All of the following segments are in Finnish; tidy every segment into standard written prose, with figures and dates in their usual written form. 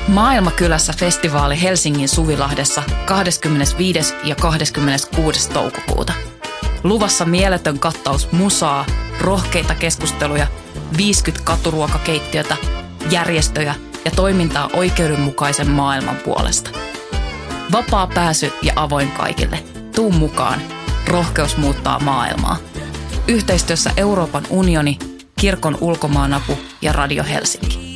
Maailmakylässä festivaali Helsingin Suvilahdessa 25. ja 26. toukokuuta. Luvassa mieletön kattaus musaa, rohkeita keskusteluja, 50 katuruokakeittiötä, järjestöjä ja toimintaa oikeudenmukaisen maailman puolesta. Vapaa pääsy ja avoin kaikille. Tuu mukaan. Rohkeus muuttaa maailmaa. Yhteistyössä Euroopan unioni, Kirkon ulkomaanapu ja Radio Helsinki.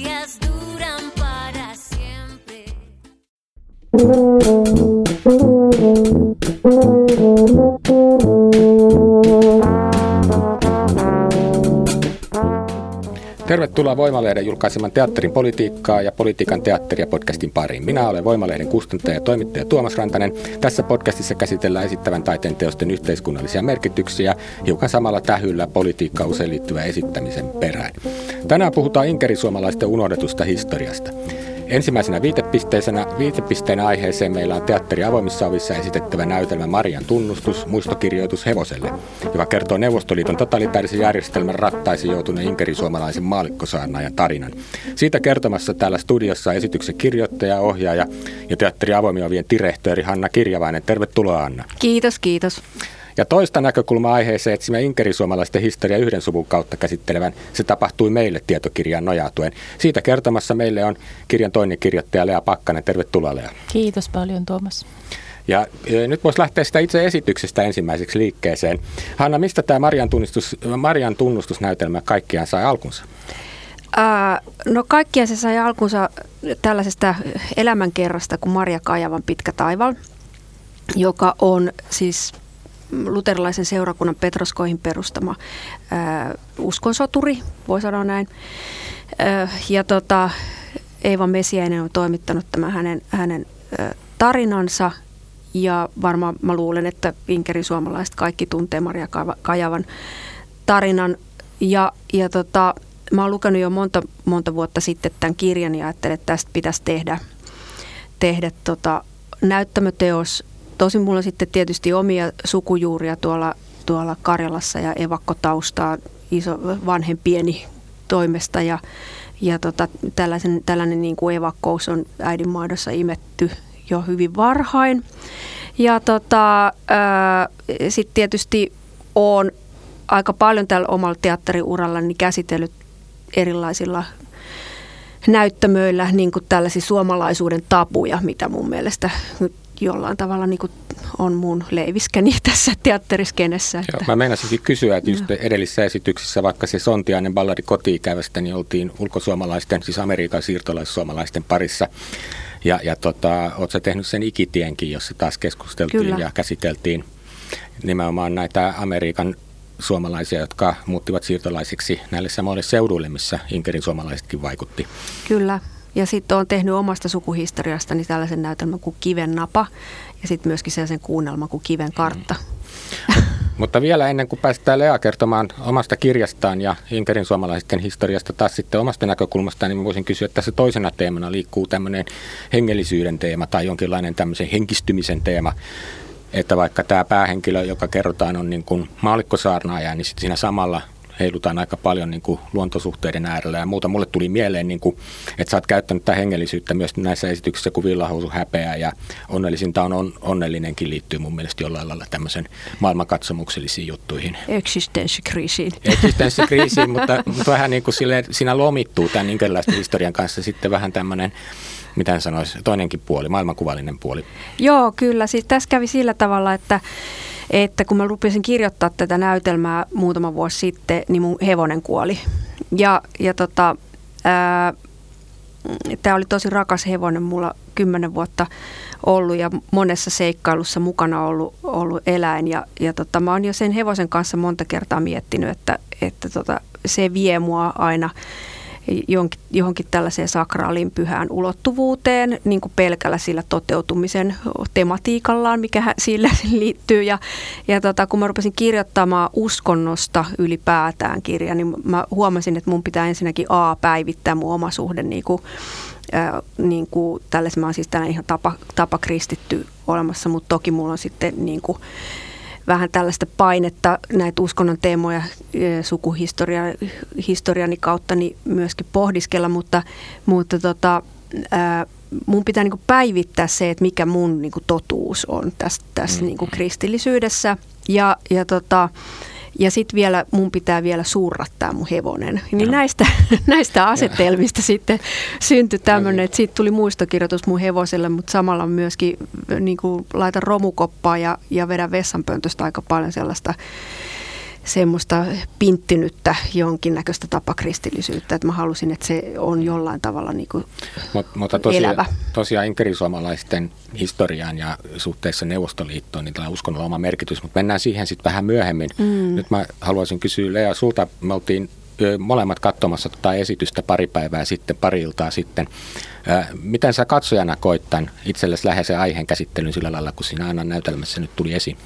Tervetuloa Voima-lehden julkaiseman teatterin politiikkaa ja politiikan teatteria podcastin pariin. Minä olen Voima-lehden kustantaja ja toimittaja Tuomas Rantanen. Tässä podcastissa käsitellään esittävän taiteen teosten yhteiskunnallisia merkityksiä, hiukan samalla tähyllä politiikkaa usein liittyvää esittämisen perään. Tänään puhutaan inkerisuomalaisten unohdetusta historiasta. Ensimmäisenä viitepisteenä aiheeseen meillä on teatteri avoimissa ovissa esitettävä näytelmä Marian tunnustus, muistokirjoitus hevoselle, joka kertoo Neuvostoliiton totalitäärisen järjestelmän rattaisiin joutuneen inkerisuomalaisen maallikkosaarnaajan tarinan. Siitä kertomassa täällä studiossa esityksen kirjoittaja, ohjaaja ja teatteri avoimien ovien direhtööri Hanna Kirjavainen. Tervetuloa, Anna. Kiitos, kiitos. Ja toista näkökulmaa aiheeseen etsimme inkerisuomalaisten historia yhden suvun kautta käsittelevän Se tapahtui meille -tietokirjaan nojautuen. Siitä kertomassa meille on kirjan toinen kirjoittaja Lea Pakkanen. Tervetuloa, Lea. Kiitos paljon, Tuomas. Ja nyt voisi lähteä sitä itse esityksestä ensimmäiseksi liikkeeseen. Hanna, mistä tämä Marian tunnustusnäytelmä kaikkiaan sai alkunsa? No kaikkiaan se sai alkunsa tällaisesta elämänkerrasta kuin Maria Kajavan Pitkä taival, joka on siis luterilaisen seurakunnan Petroskoihin perustama uskonsoturi, voi sanoa näin. Ja Eeva Mesiäinen on toimittanut tämän hänen tarinansa, ja varmaan mä luulen, että inkerisuomalaiset kaikki tuntee Maria Kajavan tarinan. Ja mä oon lukenut jo monta vuotta sitten tämän kirjan ja ajattelin, että tästä pitäisi tehdä näyttämöteos. Tosin mulla on sitten tietysti omia sukujuuria tuolla Karjalassa ja evakkotaustaa vanhempieni toimesta ja tällainen niin kuin evakkous on äidinmaidossa imetty jo hyvin varhain. Ja sitten tietysti olen aika paljon tällä omalla teatteriurallani käsitellyt erilaisilla näyttämöillä niin kuin tällaisia suomalaisuuden tabuja, mitä mun mielestä jollain tavalla niin kuin on mun leiviskäni tässä teatteriskenessä. Joo, mä meinasinkin kysyä, että just edellisissä esityksissä, vaikka se Sontiainen balladi Koti-ikävästä, niin oltiin ulkosuomalaisten, siis Amerikan siirtolaissuomalaisten parissa. Ja oot sä tehnyt sen Ikitienkin, jossa taas keskusteltiin Kyllä. ja käsiteltiin nimenomaan näitä Amerikan suomalaisia, jotka muuttivat siirtolaisiksi näille samoille seuduille, missä inkerin suomalaisetkin vaikutti. Kyllä. Ja sitten olen tehnyt omasta sukuhistoriastani tällaisen näytelmän kuin Kiven napa ja sitten myöskin sellaisen kuunnelman kuin Kiven kartta. Mutta vielä ennen kuin päästään Lea kertomaan omasta kirjastaan ja inkerin suomalaisten historiasta taas sitten omasta näkökulmastaan, niin voisin kysyä, että tässä toisena teemana liikkuu tämmöinen hengellisyyden teema tai jonkinlainen tämmöisen henkistymisen teema. Että vaikka tämä päähenkilö, joka kerrotaan, on niin kuin maallikkosaarnaaja, niin sitten siinä samalla heilutaan aika paljon niin kuin luontosuhteiden äärellä ja muuta. Mulle tuli mieleen, niin kuin, että sä oot käyttänyt tätä hengellisyyttä myös näissä esityksissä, kun Villahousu häpeää ja onnellisinta on onnellinenkin liittyy mun mielestä jollain lailla tämmöisen maailmankatsomuksellisiin juttuihin. Eksistenssikriisiin, mutta vähän niin kuin siinä lomittuu tämän inkeriläisten historian kanssa sitten vähän tämmöinen, miten sanoisi, toinenkin puoli, maailmankuvallinen puoli. Joo, kyllä. Siis tässä kävi sillä tavalla, että kun mä rupesin kirjoittaa tätä näytelmää muutama vuosi sitten, niin mun hevonen kuoli. Tämä oli tosi rakas hevonen, mulla 10 vuotta ollut ja monessa seikkailussa mukana ollut eläin. Ja mä oon jo sen hevosen kanssa monta kertaa miettinyt, että se vie mua aina johonkin tällaiseen sakraaliin pyhään ulottuvuuteen, niin kuin pelkällä sillä toteutumisen tematiikallaan, mikä sillä liittyy. Ja kun mä rupesin kirjoittamaan uskonnosta ylipäätään kirja, niin mä huomasin, että mun pitää ensinnäkin päivittää mun oma suhde niin kuin tällaisen, mä oon siis tällainen ihan tapakristitty olemassa, mutta toki mulla on sitten niin kuin vähän tällaista painetta näitä uskonnon teemoja sukuhistoriani kautta niin myöskin pohdiskella, mutta mun pitää niin kuin päivittää se, että mikä mun niin kuin totuus on tässä niin kuin kristillisyydessä. Ja sitten vielä mun pitää vielä surrattaa mun hevonen. Niin näistä asetelmista sitten syntyi tämmöinen, että siitä tuli muistokirjoitus mun hevoselle, mutta samalla myöskin niin kuin laitan romukoppaa ja vedän vessanpöntöstä aika paljon semmoista pinttynyttä jonkinnäköistä tapakristillisyyttä, että mä halusin, että se on jollain tavalla niin kuin elävä. Tosiaan inkerisuomalaisten historiaan ja suhteessa Neuvostoliittoon, niin tällä uskonnolla oma merkitys, mutta mennään siihen sitten vähän myöhemmin. Nyt mä haluaisin kysyä Lea sulta, me oltiin molemmat katsomassa esitystä pari iltaa sitten. Miten sä katsojana koit tämän itsellesi läheisen aiheen käsittelyn sillä lailla, kun siinä Annan näytelmässä nyt tuli esiin?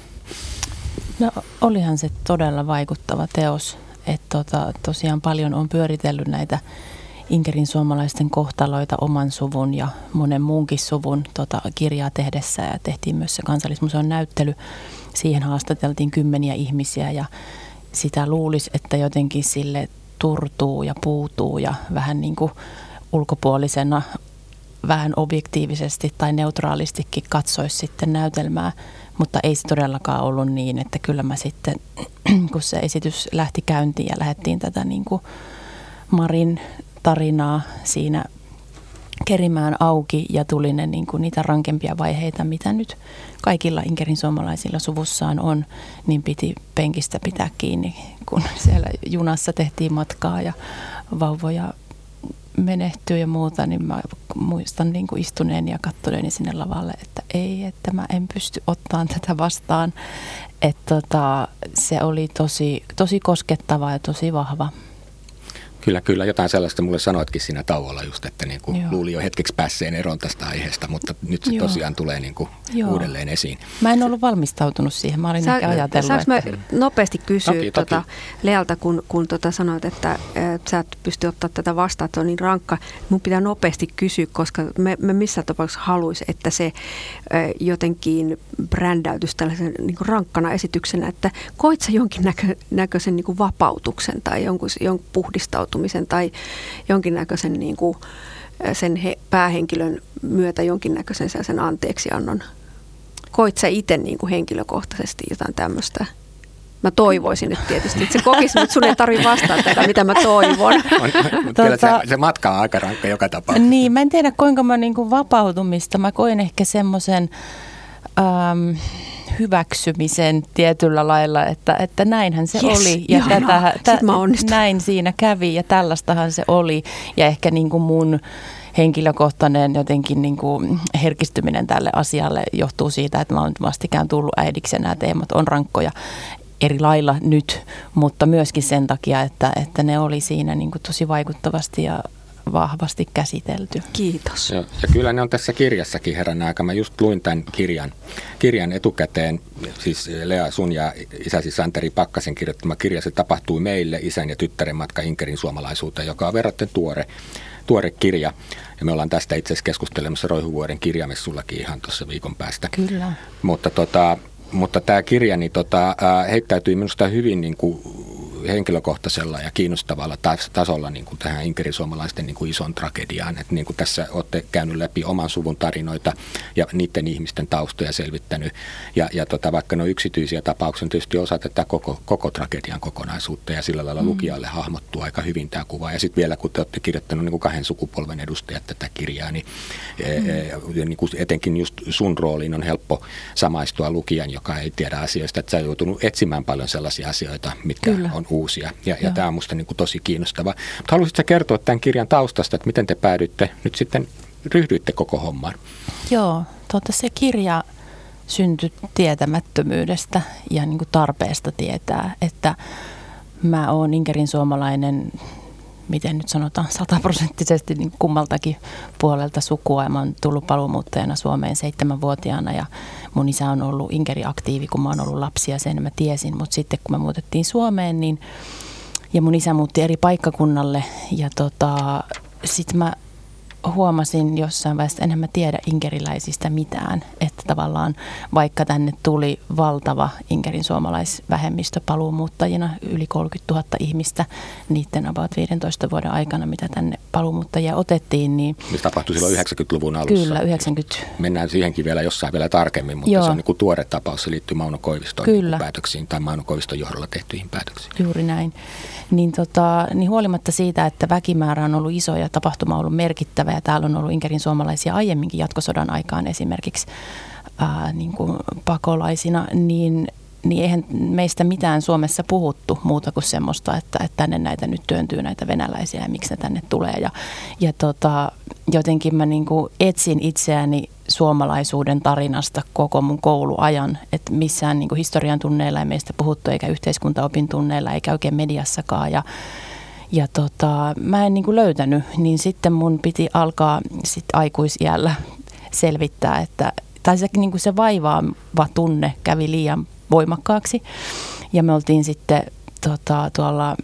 No olihan se todella vaikuttava teos, että tosiaan paljon on pyöritellyt näitä Inkerin suomalaisten kohtaloita oman suvun ja monen muunkin suvun kirjaa tehdessä ja tehtiin myös se Kansallismuseon näyttely. Siihen haastateltiin kymmeniä ihmisiä ja sitä luulisi, että jotenkin sille turtuu ja puutuu ja vähän niin kuin ulkopuolisena vähän objektiivisesti tai neutraalistikin katsoisi sitten näytelmää. Mutta ei se todellakaan ollut niin, että kyllä mä sitten, kun se esitys lähti käyntiin ja lähdettiin tätä niin kuin Marin tarinaa siinä kerimään auki ja tuli ne niin kuin niitä rankempia vaiheita, mitä nyt kaikilla Inkerin suomalaisilla suvussaan on, niin piti penkistä pitää kiinni, kun siellä junassa tehtiin matkaa ja vauvoja menehtyy ja muuta, niin mä muistan niin kuin istuneeni ja katsoneeni sinne lavalle, että mä en pysty ottamaan tätä vastaan. Että se oli tosi koskettava ja tosi vahva. Kyllä, jotain sellaista mulle sanoitkin siinä tauolla just, että niin kuin luuli jo hetkeksi päässeen eroon tästä aiheesta, mutta nyt se tosiaan tulee niin kuin uudelleen esiin. Mä en ollut valmistautunut siihen, mä olin ehkä ajatellut. Saanko mä nopeasti kysyä Lealta, kun sanoit, että sä et pysty ottaa tätä vastaan, että se on niin rankka. Mun pitää nopeasti kysyä, koska me missään tapauksessa haluaisi, että se jotenkin brändäytyisi tällaisen niin kuin rankkana esityksenä, että koit sä jonkinnäköisen niin kuin vapautuksen tai jonkun puhdistautumisen tai jonkinnäköisen niin kuin sen päähenkilön myötä jonkinnäköisen sen anteeksiannon. Koit sä itse niin kuin henkilökohtaisesti jotain tämmöistä? Mä toivoisin nyt tietysti, että se kokisi, mutta sun ei tarvitse vastata tätä, mitä mä toivon. Kyllä se matka on aika rankka joka tapauksessa. Niin, mä en tiedä kuinka mä niin kuin vapautumista. Mä koin ehkä semmoisen hyväksymisen tietyllä lailla, että näinhän se oli ja näin siinä kävi ja tällaistahan se oli ja ehkä niin kuin mun henkilökohtainen jotenkin niin kuin herkistyminen tälle asialle johtuu siitä, että mä oon vastikään tullut äidiksi ja nämä teemat on rankkoja eri lailla nyt, mutta myöskin sen takia, että ne oli siinä niin kuin tosi vaikuttavasti ja vahvasti käsitelty. Kiitos. Ja kyllä ne on tässä kirjassakin herran aika. Mä just luin tämän kirjan etukäteen, siis Lea sun ja isäsi Santeri Pakkasen kirjoittama kirja. Se tapahtui meille, isän ja tyttären matka Inkerin suomalaisuuteen, joka on verrattuna tuore kirja. Ja me ollaan tästä itse asiassa keskustelemassa Roihuvuoren kirjamessullakin ihan tuossa viikon päästä. Kyllä. Mutta tämä kirja niin heittäytyi minusta hyvin niin kuin henkilökohtaisella ja kiinnostavalla tasolla niin kuin tähän Inkerin suomalaisten niin kuin ison tragediaan. Että niin kuin tässä olette käynyt läpi oman suvun tarinoita ja niiden ihmisten taustoja selvittänyt. Ja vaikka ne on yksityisiä tapauksia, on tietysti osa tätä koko tragedian kokonaisuutta ja sillä lailla lukijalle hahmottuu aika hyvin tämä kuva. Ja sitten vielä kun te olette kirjoittanut niin kuin 2 sukupolven edustajat tätä kirjaa, niin, niin kuin etenkin just sun rooliin on helppo samaistua lukijan, joka ei tiedä asioista. Että sä oot joutunut etsimään paljon sellaisia asioita, mitkä on uusia. Ja tämä on musta niin kuin tosi kiinnostavaa. Mutta haluaisitko kertoa tämän kirjan taustasta, että miten te ryhdyitte koko hommaan? Joo, se kirja syntyi tietämättömyydestä ja niin kuin tarpeesta tietää, että mä oon Inkerin suomalainen, miten nyt sanotaan, 100% niin kummaltakin puolelta sukua. Ja mä oon tullut paluumuuttajana Suomeen 7-vuotiaana ja mun isä on ollut Inkeri-aktiivi, kun mä oon ollut lapsi ja sen mä tiesin. Mutta sitten kun me muutettiin Suomeen, niin, ja mun isä muutti eri paikkakunnalle ja sitten mä huomasin jossain vaiheessa, enhän mä tiedä inkeriläisistä mitään, että tavallaan vaikka tänne tuli valtava Inkerin suomalaisvähemmistö paluumuuttajina, yli 30 000 ihmistä niiden about 15 vuoden aikana, mitä tänne paluumuttajia otettiin. Niin se tapahtui silloin 90-luvun alussa. Kyllä, 90. Mennään siihenkin vielä jossain vielä tarkemmin, mutta se on niin kuin tuore tapaus. Se liittyy Mauno Koiviston päätöksiin tai Mauno Koiviston johdolla tehtyihin päätöksiin. Juuri näin. Niin huolimatta siitä, että väkimäärä on ollut iso ja tapahtuma on ollut merkittävä ja täällä on ollut Inkerin suomalaisia aiemminkin jatkosodan aikaan esimerkiksi niin kuin pakolaisina, niin eihän meistä mitään Suomessa puhuttu muuta kuin semmoista, että tänne näitä nyt työntyy näitä venäläisiä ja miksi ne tänne tulee. Ja jotenkin mä niin kuin etsin itseäni suomalaisuuden tarinasta koko mun kouluajan, että missään niin kuin historian tunneilla ei meistä puhuttu eikä yhteiskuntaopin tunneilla eikä oikein mediassakaan. Ja mä en niin kuin löytänyt, niin sitten mun piti alkaa sit aikuisiällä selvittää, tai se vaivaava tunne kävi liian voimakkaaksi. Ja me oltiin sitten tuolla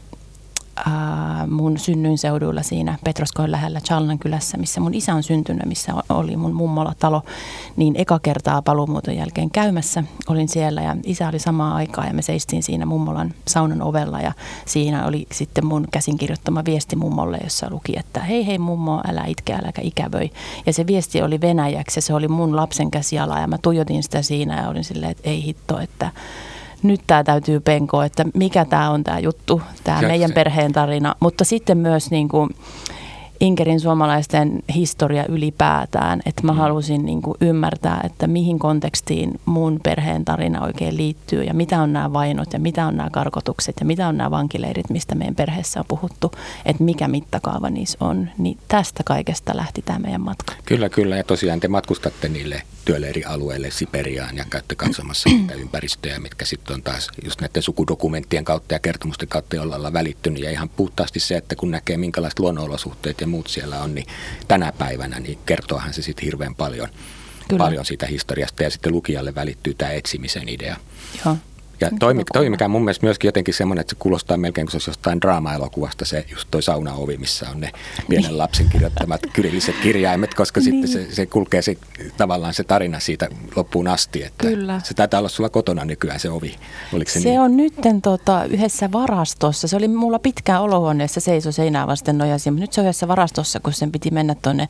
mun synnyinseuduilla siinä Petroskoin lähellä Chalnan kylässä, missä mun isä on syntynyt, missä oli mun mummolatalo, niin eka kertaa paluumuuton jälkeen käymässä. Olin siellä ja isä oli samaan aikaan ja me seistiin siinä mummolan saunan ovella ja siinä oli sitten mun käsinkirjoittama viesti mummolle, jossa luki, että hei mummo, älä itke, äläkä ikävöi. Ja se viesti oli venäjäksi ja se oli mun lapsen käsiala ja mä tuijotin sitä siinä ja olin silleen, että ei hitto, että nyt tämä täytyy penkoa, että mikä tämä on tämä juttu, tämä meidän perheen tarina, mutta sitten myös niin kuin Inkerin suomalaisten historia ylipäätään, että mä halusin niin kuin ymmärtää, että mihin kontekstiin mun perheen tarina oikein liittyy ja mitä on nämä vainot ja mitä on nämä karkotukset ja mitä on nämä vankileirit, mistä meidän perheessä on puhuttu, että mikä mittakaava niissä on, niin tästä kaikesta lähti tämä meidän matka. Kyllä ja tosiaan te matkustatte niille työleirialueille Siperiaan ja käytte katsomassa niitä ympäristöjä, mitkä sitten on taas just näiden sukudokumenttien kautta ja kertomusten kautta jollain lailla välittynyt ja ihan puhtaasti se, että kun näkee minkälaiset luonnonolosuhteet ja muut siellä on, niin tänä päivänä niin kertoohan se sitten hirveän paljon siitä historiasta ja sitten lukijalle välittyy tämä etsimisen idea. Joo. Ja toi mikä mun mielestä myöskin jotenkin semmoinen, että se kuulostaa melkein kuin se olisi jostain draama-elokuvasta, se just toi saunaovi, missä on ne pienen lapsen kirjoittamat kyrilliset kirjaimet, koska sitten se kulkee tavallaan se tarina siitä loppuun asti. Että kyllä. Se taitaa olla sulla kotona nykyään se ovi. Oliko se niin? Se on nytten yhdessä varastossa. Se oli mulla pitkään olohuoneessa, seisoi seinää vasten nojasin, mutta nyt se on yhdessä varastossa, kun sen piti mennä tuonne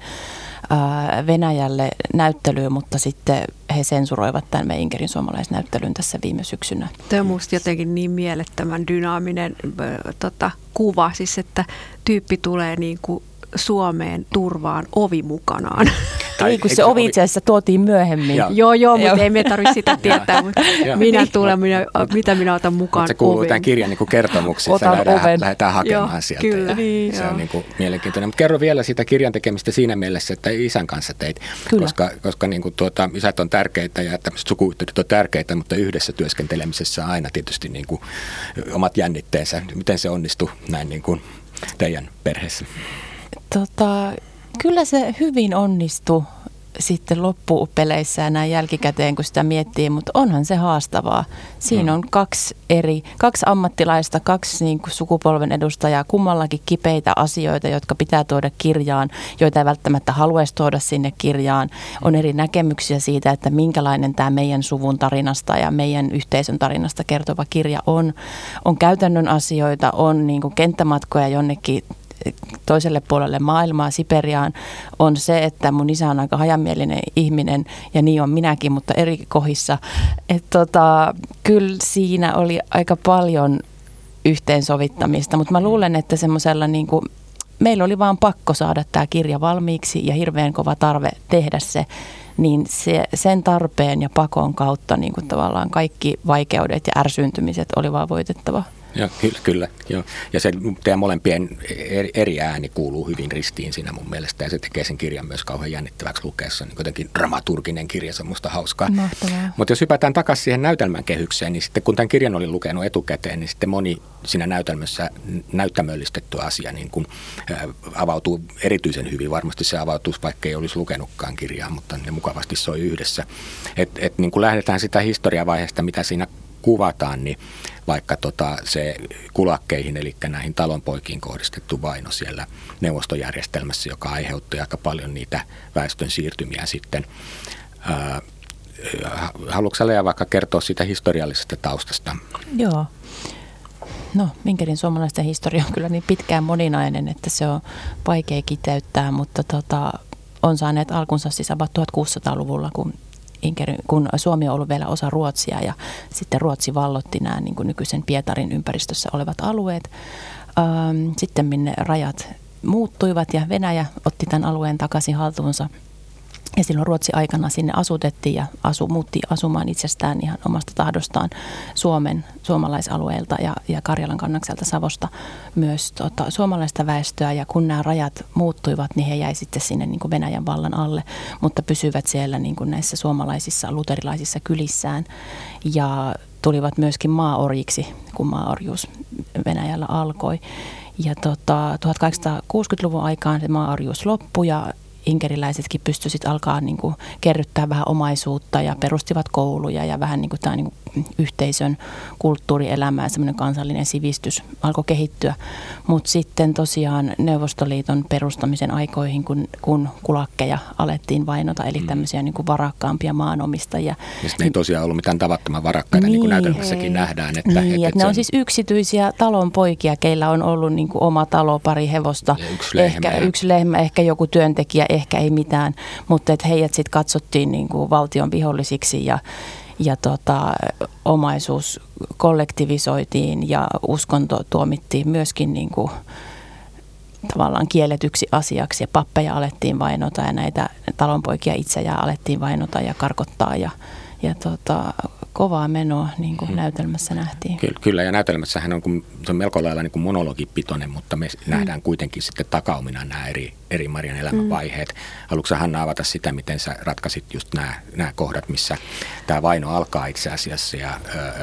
Venäjälle näyttelyyn, mutta sitten he sensuroivat tämän meidän Inkerin suomalaisnäyttelyn tässä viime syksynä. Tämä on musta jotenkin niin mielettömän dynaaminen kuva, siis että tyyppi tulee niin kuin Suomeen turvaan ovi mukanaan. Ei, kun se ovi itse asiassa tuotiin myöhemmin. Joo, mutta ei me tarvitse sitä tietää. Mutta minä tulen, mitä minä otan mukaan. Se kuuluu tämän kirjan niin kertomuksiin. Lähdetään hakemaan sieltä. Kyllä. Se on niin kuin mielenkiintoinen. Mutta kerro vielä sitä kirjan tekemistä siinä mielessä, että isän kanssa teit. Koska niin kuin isät on tärkeitä ja tämmöiset sukuyhteydet on tärkeitä, mutta yhdessä työskentelemisessä on aina tietysti niin kuin omat jännitteensä. Miten se onnistui näin niin kuin teidän perheessä? Kyllä se hyvin onnistui sitten loppupeleissä ja näin jälkikäteen, kun sitä miettii, mutta onhan se haastavaa. Siinä on kaksi ammattilaista, kaksi niin kuin sukupolven edustajaa, kummallakin kipeitä asioita, jotka pitää tuoda kirjaan, joita ei välttämättä haluaisi tuoda sinne kirjaan. On eri näkemyksiä siitä, että minkälainen tämä meidän suvun tarinasta ja meidän yhteisön tarinasta kertova kirja on. On käytännön asioita, on niin kuin kenttämatkoja jonnekin toiselle puolelle maailmaa, Siperiaan, on se, että mun isä on aika hajamielinen ihminen ja niin on minäkin, mutta eri kohdissa. Kyllä siinä oli aika paljon yhteensovittamista, mutta mä luulen, että semmoisella niin kuin meillä oli vaan pakko saada tämä kirja valmiiksi ja hirveän kova tarve tehdä se, niin sen tarpeen ja pakon kautta niin kuin tavallaan kaikki vaikeudet ja ärsyntymiset oli vaan voitettava. Joo, kyllä. Joo. Ja se teidän molempien eri ääni kuuluu hyvin ristiin siinä mun mielestä, ja se tekee sen kirjan myös kauhean jännittäväksi lukeessa. Niin jotenkin dramaturginen kirja, semmoista hauskaa. Mutta jos hypätään takaisin siihen näytelmän kehykseen, niin sitten kun tämän kirjan olin lukenut etukäteen, niin sitten moni siinä näytelmässä näyttämöllistetty asia niin kun avautuu erityisen hyvin. Varmasti se avautuisi, vaikka ei olisi lukenutkaan kirjaa, mutta ne mukavasti soi yhdessä. Et niin kun lähdetään sitä historiavaiheesta, mitä siinä kuvataan, niin vaikka se kulakkeihin, eli näihin talonpoikiin kohdistettu vaino siellä neuvostojärjestelmässä, joka aiheutti aika paljon niitä väestön siirtymiä sitten. Haluatko Lea vaikka kertoa siitä historiallisesta taustasta? Joo. Inkerin suomalaisten historia on kyllä niin pitkään moninainen, että se on vaikea kiteyttää, mutta on saaneet alkunsa siis about 1600-luvulla, kun Suomi on ollut vielä osa Ruotsia ja sitten Ruotsi vallotti nämä niin kuin nykyisen Pietarin ympäristössä olevat alueet. Sitten minne rajat muuttuivat ja Venäjä otti tämän alueen takaisin haltuunsa. Ja silloin Ruotsi aikana sinne asutettiin ja muutti asumaan itsestään ihan omasta tahdostaan suomalaisalueelta ja Karjalan kannakselta Savosta myös suomalaista väestöä. Ja kun nämä rajat muuttuivat, niin he jäi sitten sinne niin kuin Venäjän vallan alle, mutta pysyvät siellä niin kuin näissä suomalaisissa luterilaisissa kylissään. Ja tulivat myöskin maaorjiksi, kun maaorjuus Venäjällä alkoi. Ja 1860-luvun aikaan se maaorjuus loppui ja inkeriläisetkin pystyivät alkaa niin kuin kerryttää vähän omaisuutta ja perustivat kouluja ja vähän niin kuin tämä niin kuin yhteisön kulttuurielämä ja semmoinen kansallinen sivistys alkoi kehittyä. Mutta sitten tosiaan Neuvostoliiton perustamisen aikoihin, kun kulakkeja alettiin vainota, eli tämmöisiä niin kuin varakkaampia maanomistajia. Ja ne ei tosiaan ollut mitään tavattoman varakkaita, niin kuin näytelmässäkin nähdään. Että ne on siis yksityisiä talonpoikia, keillä on ollut niin kuin oma talo, pari hevosta, yksi lehmä, ehkä joku työntekijä, ehkä ei mitään, mutta että heidät sitten katsottiin niin kuin valtion vihollisiksi ja omaisuus kollektivisoitiin ja uskonto tuomittiin myöskin niin kuin tavallaan kielletyksi asiaksi ja pappeja alettiin vainota ja näitä talonpoikia itseään alettiin vainota ja karkottaa ja kovaa menoa, niin kuin näytelmässä nähtiin. Kyllä, ja näytelmässähän se on melko lailla niin kuin monologipitoinen, mutta me nähdään kuitenkin sitten takaumina nämä eri Marian elämänvaiheet. Haluatko Hanna avata sitä, miten sä ratkaisit just nämä kohdat, missä tämä vaino alkaa itse asiassa ja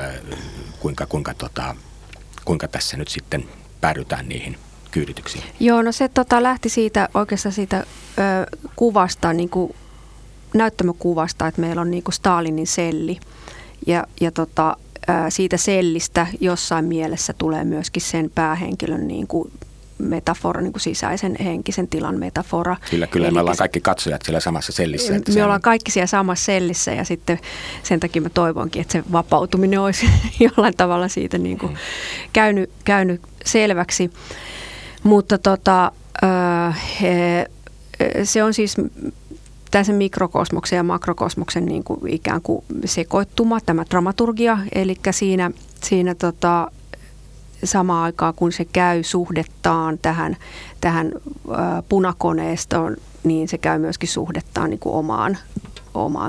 kuinka tässä nyt sitten päädytään niihin kyydityksiin? Joo, no se lähti oikeastaan siitä kuvasta, niin kuin näyttämökuvasta, että meillä on niin kuin Stalinin selli ja siitä sellistä jossain mielessä tulee myöskin sen päähenkilön niin kuin metafora, niin kuin sisäisen henkisen tilan metafora. Kyllä, me ollaan kaikki katsojat siellä samassa sellissä. Me ollaan kaikki siellä samassa sellissä ja sitten sen takia mä toivonkin, että se vapautuminen olisi jollain tavalla siitä niin kuin käynyt selväksi. Mutta se on siis tässä mikrokosmoksen ja makrokosmoksen niin kuin ikään kuin sekoittuma, tämä dramaturgia, eli siinä samaan aikaan, kun se käy suhdettaan tähän punakoneistoon, niin se käy myöskin suhdettaan niin kuin omaan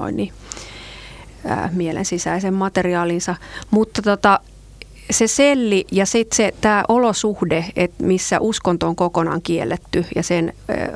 mielen sisäisen materiaalinsa. Mutta se selli ja sitten tämä olosuhde, että missä uskonto on kokonaan kielletty ja sen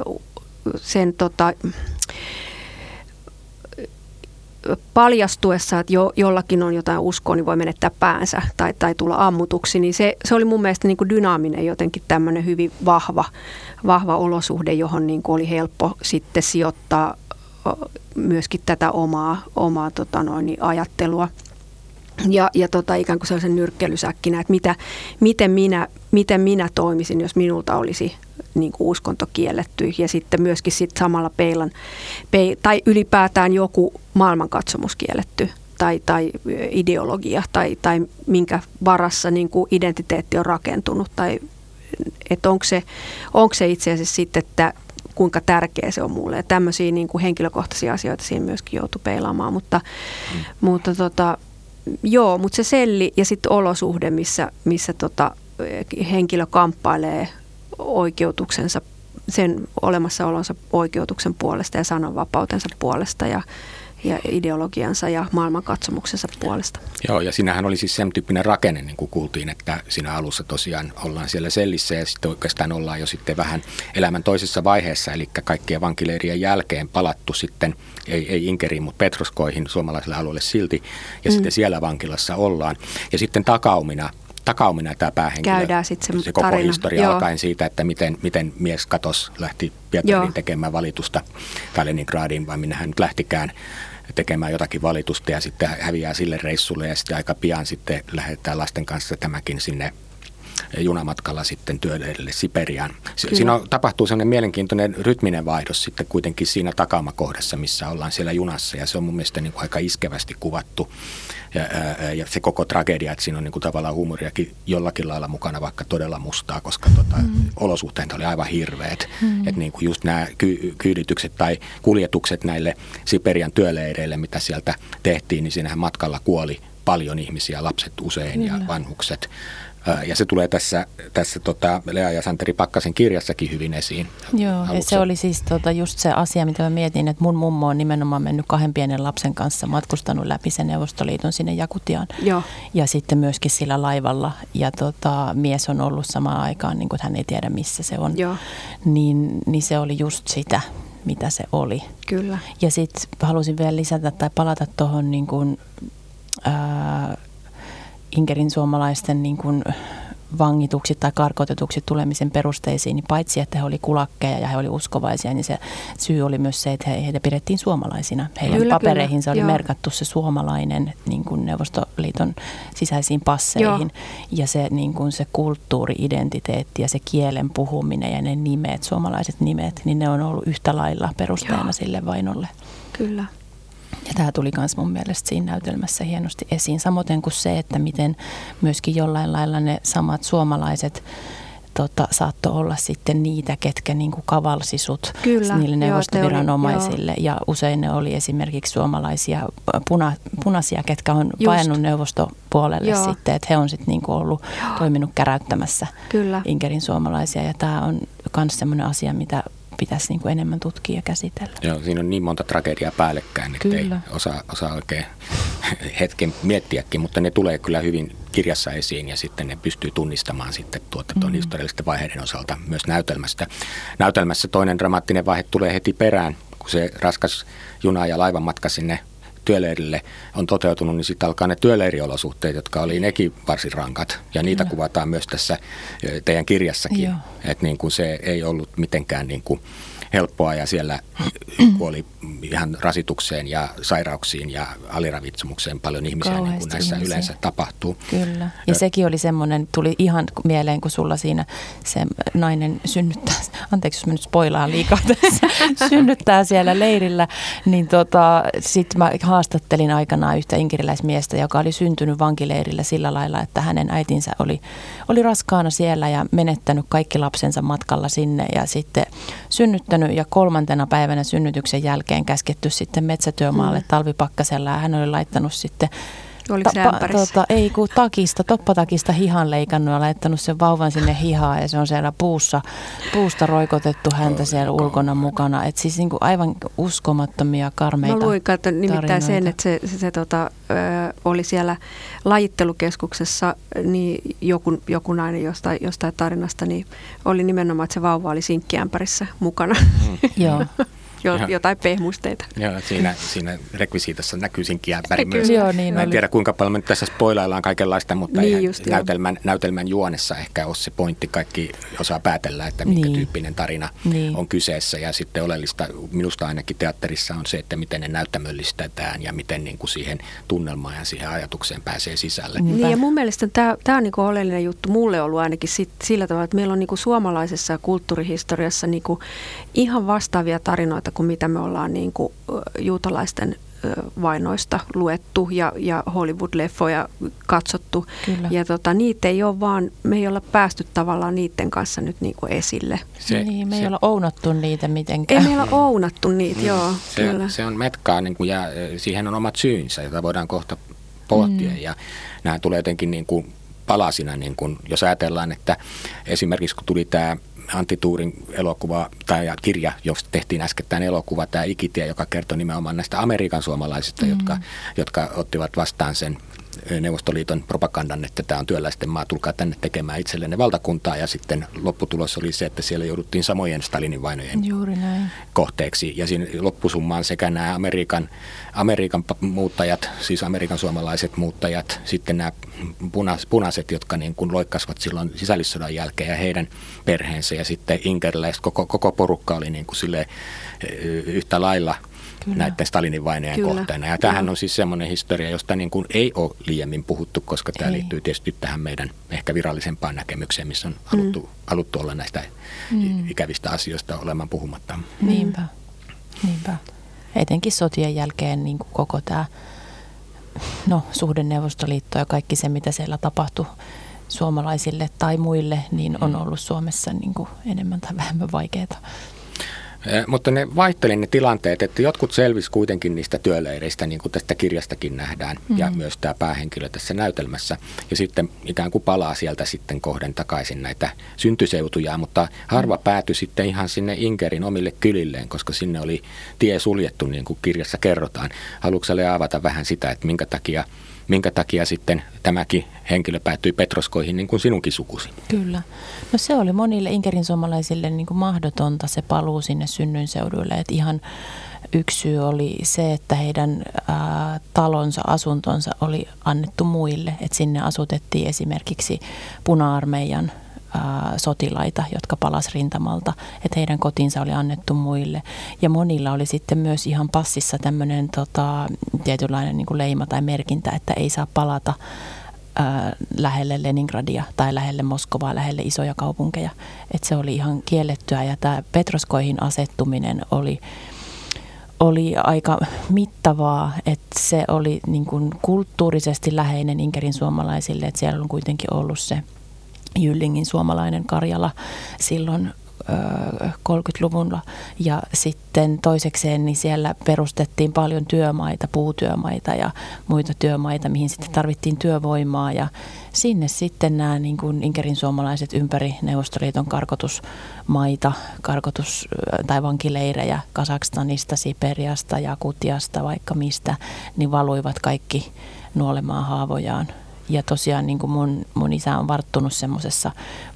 paljastuessa, että jollakin on jotain uskoa, niin voi menettää päänsä tai tulla ammutuksi, niin se oli mun mielestä niin kuin dynaaminen jotenkin tämmöinen hyvin vahva olosuhde, johon niin kuin oli helppo sitten sijoittaa myöskin tätä omaa ajattelua. Ja ikään kuin sellaisen nyrkkeilysäkkinä, että miten minä toimisin, jos minulta olisi niin kuin uskonto kielletty ja sitten myöskin samalla tai ylipäätään joku maailmankatsomus kielletty tai ideologia tai minkä varassa niin kuin identiteetti on rakentunut tai että onko se itse asiassa sitten, että kuinka tärkeä se on mulle. Ja tämmöisiä niin kuin henkilökohtaisia asioita siinä myöskin joutui peilaamaan, mutta se selli ja sitten olosuhde, missä henkilö kamppailee oikeutuksensa, sen olemassaolonsa oikeutuksen puolesta ja sananvapautensa puolesta ja ideologiansa ja maailmankatsomuksensa puolesta. Joo, ja siinähän oli siis sen tyyppinen rakenne, niin kuin kuultiin, että siinä alussa tosiaan ollaan siellä sellissä ja sitten oikeastaan ollaan jo sitten vähän elämän toisessa vaiheessa, eli kaikkien vankileirien jälkeen palattu sitten, ei Inkeriin, mutta Petroskoihin suomalaiselle alueelle silti, ja sitten siellä vankilassa ollaan. Ja sitten takaumina tämä päähenkilö, käydään sitten se koko tarina. historia alkaen siitä, että miten mies katos, lähti Pietariin tekemään valitusta, tai Leningradiin, vai minne hän nyt lähtikään tekemään jotakin valitusta, ja sitten häviää sille reissulle, ja sitten aika pian sitten lähdetään lasten kanssa tämäkin sinne junamatkalla sitten työleirille Siperiaan. Siinä tapahtuu sellainen mielenkiintoinen rytminen vaihdos sitten kuitenkin siinä takamakohdassa, missä ollaan siellä junassa, ja se on mun mielestä niin kuin aika iskevästi kuvattu. Ja se koko tragedia, että siinä on niin kuin tavallaan huumoriakin jollakin lailla mukana, vaikka todella mustaa, koska olosuhteet oli aivan hirveät. Että niin kuin just nämä kyyditykset tai kuljetukset näille Siperian työleireille, mitä sieltä tehtiin, niin siinähän matkalla kuoli paljon ihmisiä, lapset usein ja vanhukset. Ja se tulee tässä Lea ja Santeri Pakkasen kirjassakin hyvin esiin. Joo, ja se oli siis just se asia, mitä mä mietin, että mun mummo on nimenomaan mennyt 2 pienen lapsen kanssa, matkustanut läpi sen Neuvostoliiton sinne Jakutiaan. Joo. Ja sitten myöskin sillä laivalla. Ja mies on ollut samaan aikaan, niin kuin hän ei tiedä missä se on. Joo. Niin se oli just sitä, mitä se oli. Kyllä. Ja sitten halusin vielä lisätä tai palata tuohon niin kuin Inkerin suomalaisten niin kuin vangituksi tai karkotetuksi tulemisen perusteisiin, niin paitsi että he oli kulakkeja ja he oli uskovaisia, niin se syy oli myös se, että heitä pidettiin suomalaisina. Heidän papereihinsa oli merkattu se suomalainen niin kuin Neuvostoliiton sisäisiin passeihin. Ja se, niin kuin se kulttuuri-identiteetti ja se kielen puhuminen ja ne nimet, suomalaiset nimet, niin ne on ollut yhtä lailla perusteena sille vainolle. Kyllä. Ja tämä tuli myös mun mielestä siinä näytelmässä hienosti esiin. Samoin kuin se, että miten myöskin jollain lailla ne samat suomalaiset saattoi olla sitten niitä, ketkä niin kuin kavalsi sut niille neuvostoviranomaisille. Ja usein ne oli esimerkiksi suomalaisia punaisia, ketkä on painut neuvostopuolelle sitten. Että he on sitten niin kuin ollut toiminut käräyttämässä Inkerin suomalaisia. Ja tämä on myös sellainen asia, mitä pitäisi niin kuin enemmän tutkia ja käsitellä. Joo, siinä on niin monta tragediaa päällekkäin, että ei osaa oikein hetken miettiäkin, mutta ne tulee kyllä hyvin kirjassa esiin ja sitten ne pystyy tunnistamaan sitten tuon historiallisten vaiheiden osalta myös näytelmästä. Näytelmässä toinen dramaattinen vaihe tulee heti perään, kun se raskas juna ja laivanmatka sinne työleirille on toteutunut, niin sitten alkaa ne työleiriolosuhteet, jotka oli nekin varsin rankat. Ja niitä kuvataan myös tässä teidän kirjassakin. Että niin kuin se ei ollut mitenkään niin kuin helppoa ja siellä kuoli ihan rasitukseen ja sairauksiin ja aliravitsemukseen paljon ihmisiä, niin kuin näissä yleensä tapahtuu. Kyllä. Ja sekin oli semmoinen, tuli ihan mieleen, kun sulla siinä se nainen synnyttää, anteeksi jos mä nyt spoilaan liikaa tässä, synnyttää siellä leirillä, niin sitten mä haastattelin aikanaan yhtä inkeriläismiestä, joka oli syntynyt vankileirillä sillä lailla, että hänen äitinsä oli raskaana siellä ja menettänyt kaikki lapsensa matkalla sinne ja sitten synnyttänyt ja 3. päivänä synnytyksen jälkeen käsketty sitten metsätyömaalle talvipakkasella ja hän oli laittanut sitten toppatakista hihan leikannut ja laittanut sen vauvan sinne hihaan ja se on siellä puusta roikotettu häntä siellä ulkona mukana. Et siis niin kuin aivan uskomattomia karmeita. Mä luin nimittäin sen, että se oli siellä lajittelukeskuksessa, niin joku nainen jostain tarinasta, niin oli nimenomaan, että se vauva oli sinkkiämpärissä mukana. Joo. Jotain pehmusteita. Joo, siinä rekvisiitassa näkyy sinkkiämpäri myös. Joo, niin mä en tiedä kuinka paljon me nyt tässä spoilaillaan kaikenlaista, mutta niin näytelmän juonessa ehkä ole se pointti. Kaikki osaa päätellä, että minkä tyyppinen tarina on kyseessä. Ja sitten oleellista minusta ainakin teatterissa on se, että miten ne näyttämöllistetään ja miten niin kuin siihen tunnelmaan ja siihen ajatukseen pääsee sisälle. Niin ja mun mielestä tämä on niin kuin oleellinen juttu mulle ollut ainakin sillä tavalla, että meillä on niin kuin suomalaisessa kulttuurihistoriassa niin kuin ihan vastaavia tarinoita kuin mitä me ollaan niin kuin juutalaisten vainoista luettu ja Hollywood-leffoja katsottu. Kyllä. Ja niitä ei ole vaan, me ei olla päästy tavallaan niiden kanssa nyt niin kuin esille. Me ei olla ounattu niitä mitenkään. Ei me olla ounattu niitä, kyllä. Se on metkaa niin kuin, ja siihen on omat syynsä, joita voidaan kohta pohtia ja nämä tulee jotenkin niin kuin palasina, niin kuin, jos ajatellaan, että esimerkiksi kun tuli tämä Antti Tuurin elokuva tai kirja, josta tehtiin äskettäin elokuva, tämä Ikitie, joka kertoi nimenomaan näistä Amerikan suomalaisista, jotka ottivat vastaan sen Neuvostoliiton propagandan, että tämä on työläisten maa, tulkaa tänne tekemään itsellenne valtakuntaa, ja sitten lopputulos oli se, että siellä jouduttiin samojen Stalinin vainojen kohteeksi. Ja siinä loppusummaan sekä nämä Amerikan muuttajat, siis Amerikan suomalaiset muuttajat, sitten nämä punaiset, jotka niin kuin loikkasivat silloin sisällissodan jälkeen ja heidän perheensä, ja sitten inkeriläiset, koko porukka oli niin kuin silleen yhtä lailla näiden Stalinin vainojen kohteena. Ja tämähän on siis semmoinen historia, josta niin kuin ei ole liiemmin puhuttu, koska tämä liittyy tietysti tähän meidän ehkä virallisempaan näkemykseen, missä on haluttu olla näistä ikävistä asioista olemaan puhumatta. Niinpä. Etenkin sotien jälkeen niin kuin koko tämä suhde Neuvostoliitto ja kaikki se, mitä siellä tapahtui suomalaisille tai muille, niin on ollut Suomessa niin kuin enemmän tai vähemmän vaikeaa. Mutta ne vaihteli ne tilanteet, että jotkut selvisi kuitenkin niistä työleireistä, niin kuin tästä kirjastakin nähdään, ja myös tämä päähenkilö tässä näytelmässä. Ja sitten ikään kuin palaa sieltä sitten kohden takaisin näitä syntyseutuja, mutta harva päätyi sitten ihan sinne Inkerin omille kylilleen, koska sinne oli tie suljettu, niin kuin kirjassa kerrotaan. Haluatko Lea avata vähän sitä, että minkä takia sitten tämäkin henkilö päätyi Petroskoihin niin kuin sinunkin sukusi? Kyllä. No se oli monille Inkerin suomalaisille niin kuin mahdotonta se paluu sinne synnyinseuduille. Että ihan yksi syy oli se, että heidän talonsa, asuntonsa oli annettu muille. Että sinne asutettiin esimerkiksi Puna-armeijan sotilaita, jotka palasi rintamalta, että heidän kotinsa oli annettu muille. Ja monilla oli sitten myös ihan passissa tämmöinen tietynlainen niin kuin leima tai merkintä, että ei saa palata lähelle Leningradia tai lähelle Moskovaa, lähelle isoja kaupunkeja. Että se oli ihan kiellettyä ja tämä Petroskoihin asettuminen oli aika mittavaa, että se oli niin kuin kulttuurisesti läheinen Inkerin suomalaisille, että siellä on kuitenkin ollut se Jyllingin suomalainen Karjala silloin 30-luvulla ja sitten toisekseen niin siellä perustettiin paljon työmaita, puutyömaita ja muita työmaita, mihin sitten tarvittiin työvoimaa ja sinne sitten nämä niin kuin Inkerin suomalaiset ympäri Neuvostoliiton karkotusmaita, tai vankileirejä Kazakstanista, Siperiasta, Jakutiasta, vaikka mistä, niin valuivat kaikki nuolemaan haavojaan. Ja tosiaan niin kuin mun isä on varttunut semmoisessa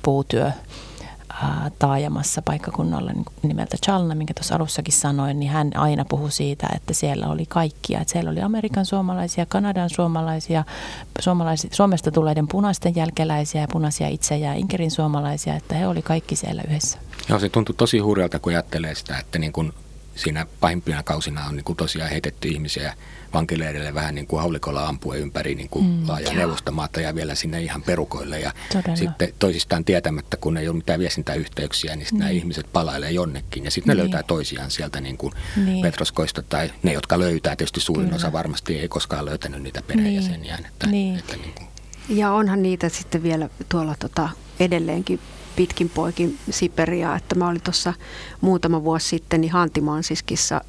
taajamassa paikkakunnalla nimeltä Chalna, minkä tuossa alussakin sanoin, niin hän aina puhui siitä, että siellä oli kaikkia. Että siellä oli Amerikan suomalaisia, Kanadan suomalaisia, Suomesta tulleiden punaisten jälkeläisiä ja punaisia itse ja Inkerin suomalaisia, että he oli kaikki siellä yhdessä. Joo, se tuntui tosi hurjalta, kun ajattelee sitä, että niin kuin siinä pahimpina kausina on niin kuin tosiaan heitetty ihmisiä vankileirille vähän niin kuin haulikolla ampuen ympäri niin kuin laajaa Neuvostomaata ja vielä sinne ihan perukoille. Ja sitten toisistaan tietämättä, kun ei ole mitään viestintäyhteyksiä, niin sitten nämä ihmiset palailee jonnekin. Ja sitten ne löytää toisiaan sieltä niin kuin Petroskoista tai ne, jotka löytää. Tietysti suurin osa varmasti ei koskaan löytänyt niitä perheenjäseniään. Että niin kuin. Ja onhan niitä sitten vielä tuolla edelleenkin pitkin poikin Siperiaa, että mä olin tuossa muutama vuosi sitten niin Hantimansiskissa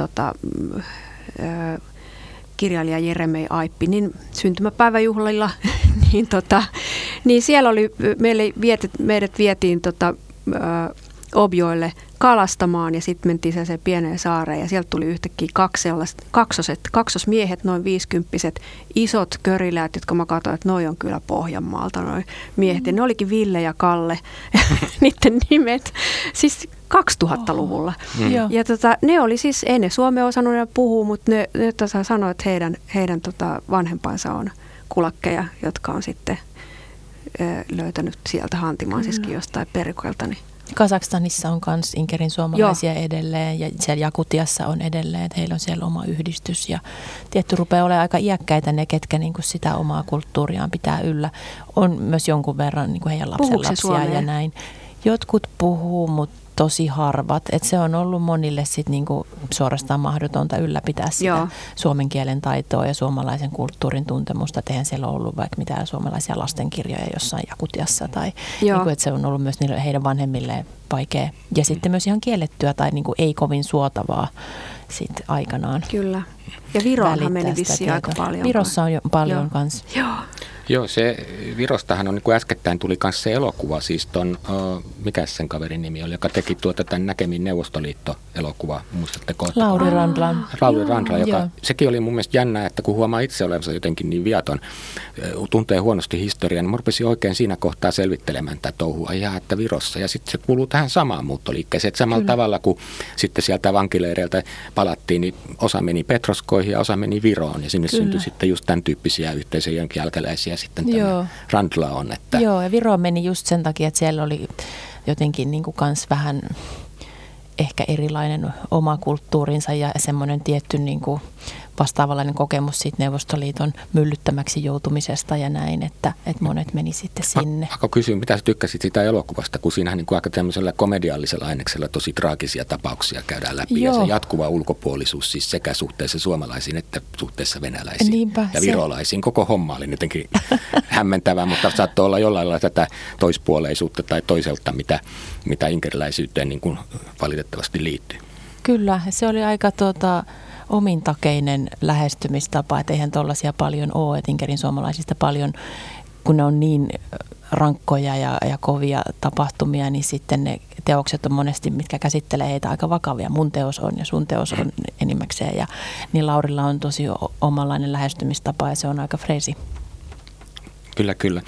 kirjailija Jeremei Aippinin syntymäpäiväjuhlilla, niin siellä oli, meidät vietiin Objoille kalastamaan ja sitten mentiin sellaiseen pieneen saareen ja sieltä tuli yhtäkkiä kaksosmiehet, noin 50-vuotiaat, isot köriläät, jotka mä katsoin, että noi on kyllä Pohjanmaalta noi miehet. Ja ne olikin Ville ja Kalle, niiden nimet, siis 2000-luvulla. Ja ne oli siis, ei ne suomea osannut puhua, mutta ne sanoi, että heidän vanhempansa on kulakkeja, jotka on sitten löytänyt sieltä Hantimansiskin jostain perikoilta. Niin. Kazakstanissa on myös Inkerin suomalaisia edelleen ja siellä Jakutiassa on edelleen, että heillä on siellä oma yhdistys ja tietty rupeaa olemaan aika iäkkäitä ne, ketkä niin kuin sitä omaa kulttuuriaan pitää yllä. On myös jonkun verran niin kuin heidän lapsenlapsia ja näin. Jotkut puhuu, mutta tosi harvat, että se on ollut monille sit niinku suorastaan mahdotonta ylläpitää sitä suomen kielen taitoa ja suomalaisen kulttuurin tuntemusta. Eihän siellä ole ollut vaikka mitään suomalaisia lastenkirjoja jossain Jakutiassa tai niinku, että se on ollut myös heidän vanhemmilleen vaikea. Ja sitten myös ihan kiellettyä tai niinku ei kovin suotavaa sitten aikanaan. Kyllä. Ja Viroonhan meni vissiin aika paljon. Virossa on jo paljon kanssa. Joo, se Virostahan on, niin kuin äskettäin tuli myös se elokuva, siis ton, mikä sen kaverin nimi oli, joka teki tämän Näkemin Neuvostoliitto-elokuva, muistatteko? Lauri Randla. Lauri Randla, joka sekin oli mun mielestä jännä, että kun huomaa itse olevansa jotenkin niin viaton, tuntee huonosti historiaa, niin mä rupesin oikein siinä kohtaa selvittelemään tätä touhua, että Virossa. Ja sitten se kuuluu tähän samaan muuttoliikkeeseen, että samalla tavalla kuin sitten sieltä vankileireiltä palattiin, niin osa meni Petroskoihin ja osa meni Viroon, ja sinne syntyi sitten just tämän tyyppisiä yhteisöjen jälkeläisiä. Sitten tämä Randla on. Että Joo, ja Viroon meni just sen takia, että siellä oli jotenkin niin kuin kans vähän ehkä erilainen oma kulttuurinsa ja semmoinen tietty niin kuin vastaavanlainen kokemus siitä Neuvostoliiton myllyttämäksi joutumisesta ja näin, että monet meni sitten sinne. Pakko kysyä, mitä sä tykkäsit sitä elokuvasta, kun siinähän niin kuin aika tämmöisellä komediallisella aineksella tosi traagisia tapauksia käydään läpi. Joo. Ja se jatkuva ulkopuolisuus siis sekä suhteessa suomalaisiin että suhteessa venäläisiin. Niinpä, ja virolaisiin. Koko homma oli jotenkin hämmentävää, mutta saattoi olla jollain lailla tätä toispuoleisuutta tai toiselta, mitä inkeriläisyyteen niin kuin valitettavasti liittyy. Kyllä, se oli aika omintakeinen lähestymistapa, että eihän tuollaisia paljon ole, että Inkerin suomalaisista paljon, kun ne on niin rankkoja ja kovia tapahtumia, niin sitten ne teokset on monesti, mitkä käsittelee heitä aika vakavia. Mun teos on ja sun teos on enimmäkseen, ja niin Laurilla on tosi omanlainen lähestymistapa ja se on aika freesi. Kyllä.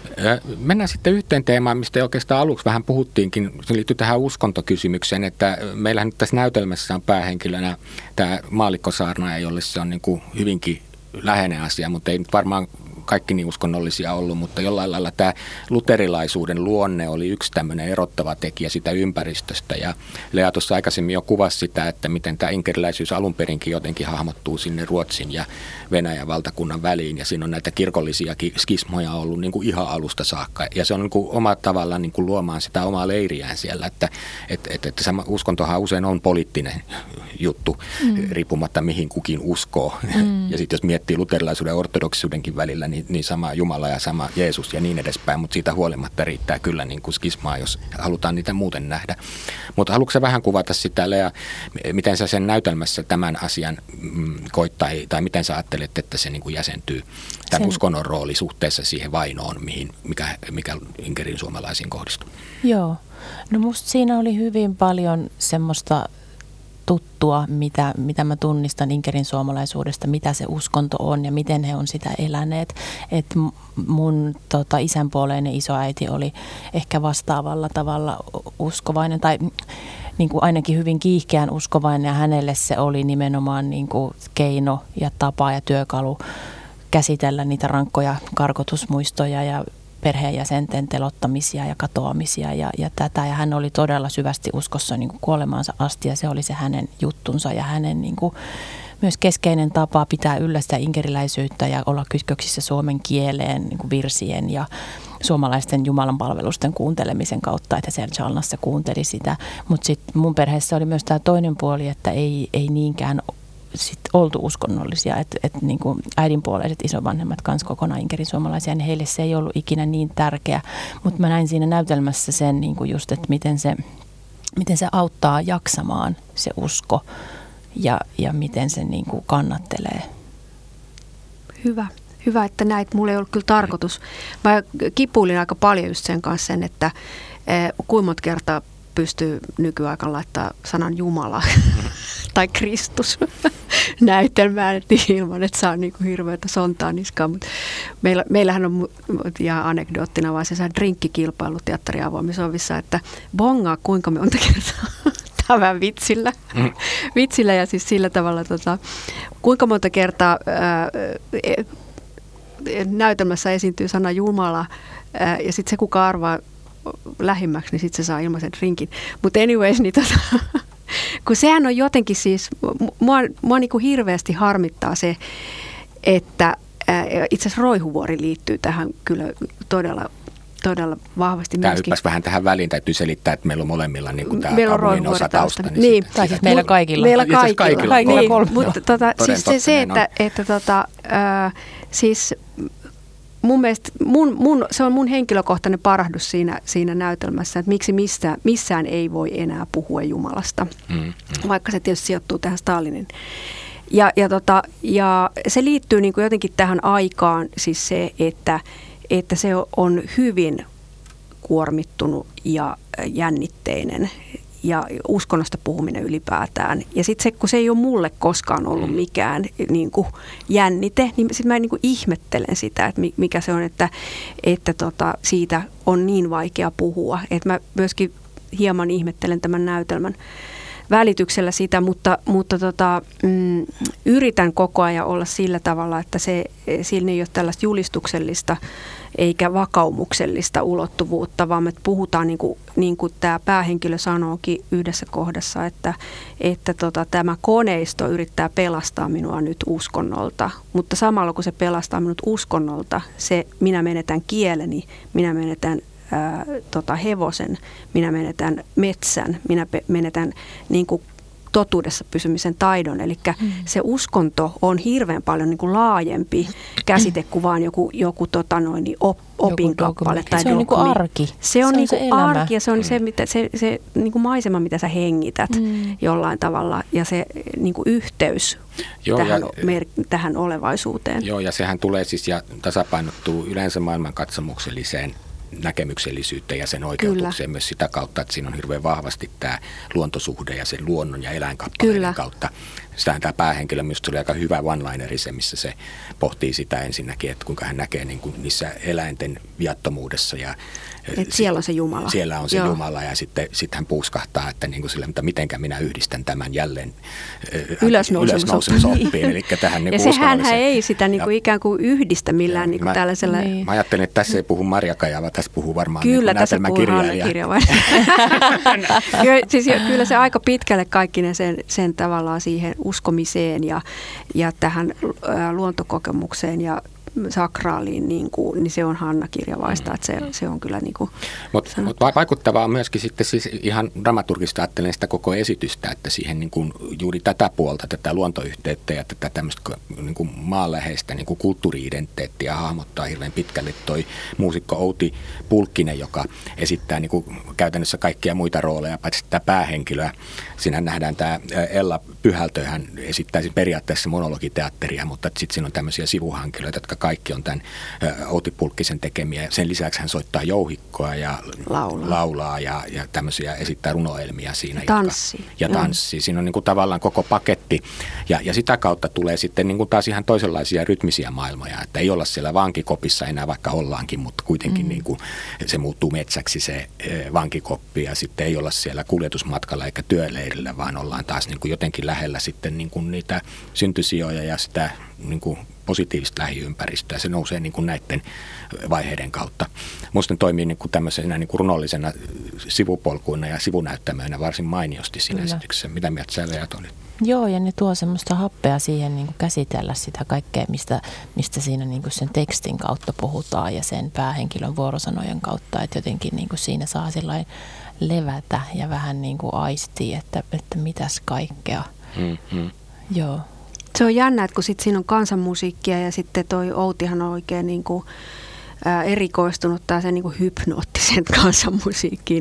Mennään sitten yhteen teemaan, mistä oikeastaan aluksi vähän puhuttiinkin. Se liittyy tähän uskontokysymykseen, että meillähän nyt tässä näytelmässä on päähenkilönä tämä maallikkosaarnaaja, jolle se on niin kuin hyvinkin läheinen asia, mutta ei nyt varmaan kaikki niin uskonnollisia ollut, mutta jollain lailla tämä luterilaisuuden luonne oli yksi tämmöinen erottava tekijä sitä ympäristöstä. Ja Lea tuossa aikaisemmin jo kuvasi sitä, että miten tämä inkeriläisyys alun perinkin jotenkin hahmottuu sinne Ruotsin ja Venäjän valtakunnan väliin. Ja siinä on näitä kirkollisiakin skismoja ollut niin kuin ihan alusta saakka. Ja se on niin kuin oma tavallaan niin kuin luomaan sitä omaa leiriään siellä, että uskontohan usein on poliittinen juttu, riippumatta mihin kukin uskoo. Ja sitten jos miettii luterilaisuuden ja ortodoksisuudenkin välillä, niin sama Jumala ja sama Jeesus ja niin edespäin, mutta siitä huolimatta riittää kyllä niin kuin skismaa, jos halutaan niitä muuten nähdä. Mutta haluatko sä vähän kuvata sitä, Lea, miten sä sen näytelmässä tämän asian koit tai miten sä ajattelet, että se niin kuin jäsentyy tämän uskonnon rooli suhteessa siihen vainoon, mikä Inkerin suomalaisiin kohdistuu? Joo, no musta siinä oli hyvin paljon semmoista tuttua, mitä mä tunnistan Inkerin suomalaisuudesta, mitä se uskonto on ja miten he on sitä eläneet. Et mun isänpuoleinen isoäiti oli ehkä vastaavalla tavalla uskovainen tai niin kuin ainakin hyvin kiihkeän uskovainen ja hänelle se oli nimenomaan niin kuin keino ja tapa ja työkalu käsitellä niitä rankkoja karkotusmuistoja ja perheenjäsenten telottamisia ja katoamisia ja tätä. Ja hän oli todella syvästi uskossa niin kuin kuolemaansa asti ja se oli se hänen juttunsa ja hänen niin kuin myös keskeinen tapa pitää yllä sitä inkeriläisyyttä ja olla kytköksissä suomen kieleen niin kuin virsien ja suomalaisten jumalanpalvelusten kuuntelemisen kautta, että siellä Chalnassa kuunteli sitä. Mutta sitten mun perheessä oli myös tämä toinen puoli, että ei niinkään sitten oltu uskonnollisia, että niin kuin äidinpuoleiset isovanhemmat kanssa kokonaan Inkerin suomalaisia, niin heille se ei ollut ikinä niin tärkeä. Mutta mä näin siinä näytelmässä sen niin kuin just, että miten se auttaa jaksamaan se usko ja miten se niin kuin kannattelee. Hyvä, että näit. Mulla ei ollut kyllä tarkoitus. Mä kipuilin aika paljon just sen kanssa sen, että kuinka monta kertaa pystyy nykyaikana laittaa sanan Jumala tai Kristus näytelmään ilman, että saa niin kuin hirveätä sontaa niskaan. Mutta meillähän on ihan anekdoottina vaan se drinkkikilpailu teatteriavoimisovissa, että bongaa kuinka me monta kertaa tämän vitsillä ja siis sillä tavalla kuinka monta kertaa näytelmässä esiintyy sana Jumala ja sitten se kuka arvaa lähimmäksi, niin sitten se saa ilmaisen drinkin. Mutta anyways, niin kun sehän on jotenkin siis, mua niin kuin hirveästi harmittaa se, että itse asiassa Roihuvuori liittyy tähän kyllä todella vahvasti. Tämä hyppäsi vähän tähän väliin, täytyy selittää, että meillä on molemmilla niin kuin tämä kaupungin osatausta. Niin, tai siis meillä kaikilla. Meillä kaikilla. Niin, mutta siis se, että siis mun mielestä se on mun henkilökohtainen parahdus siinä näytelmässä, että miksi missään ei voi enää puhua Jumalasta, vaikka se tietysti sijoittuu tähän Stalinin. Ja se liittyy niin kuin jotenkin tähän aikaan, siis se, että se on hyvin kuormittunut ja jännitteinen ja uskonnosta puhuminen ylipäätään. Ja sitten kun se ei ole mulle koskaan ollut mikään niin kuin jännite, niin sitten mä niin kuin ihmettelen sitä, että mikä se on, että siitä on niin vaikea puhua. Että mä myöskin hieman ihmettelen tämän välityksellä sitä, mutta yritän koko ajan olla sillä tavalla, että siinä ei ole tällaista julistuksellista eikä vakaumuksellista ulottuvuutta, vaan me puhutaan niin kuin tämä päähenkilö sanookin yhdessä kohdassa, että tämä koneisto yrittää pelastaa minua nyt uskonnolta, mutta samalla kun se pelastaa minut uskonnolta, minä menetän kieleni, minä menetän hevosen, minä menetän metsän, minä menetän niin kuin totuudessa pysymisen taidon. Eli se uskonto on hirveän paljon niin kuin laajempi käsite kuin vaan joku opinkappale tai se on niin kuin arki. Se on niin kuin arki ja se on se niin kuin maisema, mitä sä hengität jollain tavalla ja se niin kuin yhteys tähän olevaisuuteen. Joo, ja sehän tulee siis ja tasapainottuu yleensä maailmankatsomukselliseen näkemyksellisyyteen ja sen oikeutukseen myös sitä kautta, että siinä on hirveän vahvasti tämä luontosuhde ja sen luonnon ja eläinkappaleiden kautta. Sitähän tämä päähenkilö minusta tuli aika hyvä one-lineri se, missä se pohtii sitä ensinnäkin, että kuinka hän näkee niin kuin niissä eläinten viattomuudessa. Ja että siellä on se Jumala. Siellä on se Jumala ja sitten hän puuskahtaa, että niin kuin sille, mutta mitenkä minä yhdistän tämän jälleen ylösnousemusoppiin. Eli tähän niin ja sehän ei sitä niin kuin ikään kuin yhdistä millään niin kuin tällaisella. Niin. Mä ajattelin, että tässä ei puhu Marja Kaija, tässä puhuu varmaan kyllä, niin tässä puhuu siis kyllä se aika pitkälle kaikkinen sen tavallaan siihen uskomiseen ja tähän luontokokemukseen ja sakraaliin, niin se on Hanna Kirjavaista, että se on kyllä niin kuin Mutta vaikuttavaa on myöskin sitten siis ihan dramaturgista ajattelen sitä koko esitystä, että siihen niin kuin juuri tätä puolta, tätä luontoyhteyttä ja tätä tämmöistä niin kuin maanläheistä niin kuin kulttuuri-identiteettiä hahmottaa hirveän pitkälle toi muusikko Outi Pulkkinen, joka esittää niin kuin käytännössä kaikkia muita rooleja, paitsi sitä päähenkilöä. Siinä nähdään tämä Ella Pyhältö, hän esittää periaatteessa monologiteatteria, mutta sitten siinä on tämmöisiä sivuhenkilöitä, jotka kaikki on tämän Outi Pulkkisen tekemiä. Sen lisäksi hän soittaa jouhikkoa ja laulaa ja tämmöisiä esittää runoelmia siinä. Tanssii. Siinä on niin kuin tavallaan koko paketti ja sitä kautta tulee sitten niin kuin taas ihan toisenlaisia rytmisiä maailmoja, että ei olla siellä vankikopissa enää, vaikka ollaankin, mutta kuitenkin niin kuin se muuttuu metsäksi se vankikoppi ja sitten ei olla siellä kuljetusmatkalla eikä työleirillä, vaan ollaan taas niin kuin jotenkin lähellä sitten niin kuin niitä syntysijoja ja sitä niin kuin positiivista lähiympäristöä. Se nousee niin kuin näiden vaiheiden kautta. Minusta ne toimii niin kuin tämmöisenä niin kuin runollisena sivupolkuina ja sivunäyttämöinä varsin mainiosti siinä esityksessä. Mitä mieltä sä Leat olit? Joo, ja ne tuo semmoista happea siihen niin kuin käsitellä sitä kaikkea, mistä siinä niin kuin sen tekstin kautta puhutaan ja sen päähenkilön vuorosanojen kautta. Että jotenkin niin kuin siinä saa sillain levätä ja vähän niin kuin aistia, että mitäs kaikkea. Joo. Se on jännä, että kun sit siinä on kansanmusiikkia ja sitten toi Outihan on oikein niin kuin erikoistunut tällaiseen niin kuin hypnoottiseen kansanmusiikkiin,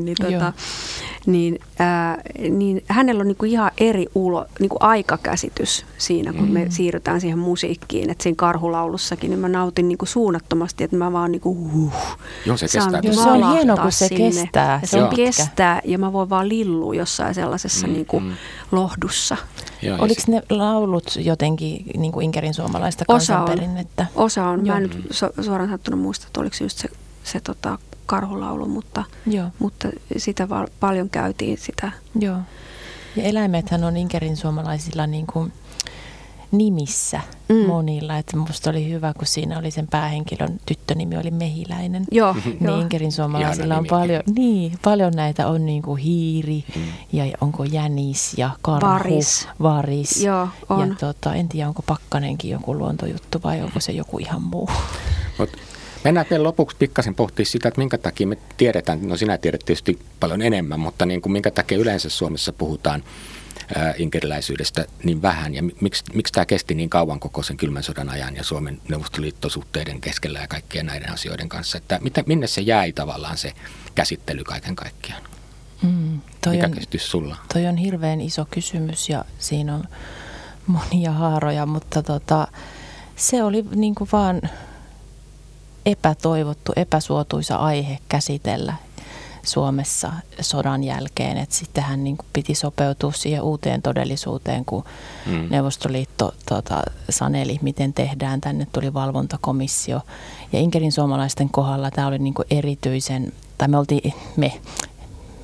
niin hänellä on niin kuin ihan eri niin kuin aikakäsitys siinä, kun me siirrytään siihen musiikkiin. Että siinä Karhulaulussakin niin mä nautin niin kuin suunnattomasti, että mä vaan niin kuin Joo, se kestää. Se on hieno, kun se kestää. Se kestää ja mä voin vaan lillua jossain sellaisessa niin kuin lohdussa. Joo, oliko ne laulut jotenkin niin kuin Inkerin suomalaista kansanperinnettä? Osa on. Mä en nyt suoraan sanottuna muista, että oliko just se Karhulaulu, mutta sitä paljon käytiin sitä. Joo. Ja eläimethän on Inkerin suomalaisilla niin kuin nimissä monilla. Että musta oli hyvä, kun siinä oli sen päähenkilön tyttönimi oli Mehiläinen. Joo. Niin Inkerin suomalaisilla on paljon näitä on niin kuin hiiri ja onko jänis ja karhu, varis. Joo, on. Ja en tiedä, onko pakkanenkin joku luontojuttu vai onko se joku ihan muu. Mennään vielä lopuksi pikkasen pohtia sitä, että minkä takia me tiedetään, no sinä tiedät tietysti paljon enemmän, mutta niin kuin minkä takia yleensä Suomessa puhutaan inkeriläisyydestä niin vähän ja miksi tämä kesti niin kauan koko sen kylmän sodan ajan ja Suomen neuvostoliittosuhteiden keskellä ja kaikkien näiden asioiden kanssa, että minne se jäi tavallaan se käsittely kaiken kaikkiaan? Mikä käsitys sulla? Toi on hirveän iso kysymys ja siinä on monia haaroja, mutta se oli niin kuin vaan epätoivottu, epäsuotuisa aihe käsitellä Suomessa sodan jälkeen, että sittenhän niin kuin piti sopeutua siihen uuteen todellisuuteen, kun Neuvostoliitto saneli, miten tehdään. Tänne tuli valvontakomissio ja Inkerin suomalaisten kohdalla tämä oli niin kuin erityisen, tai me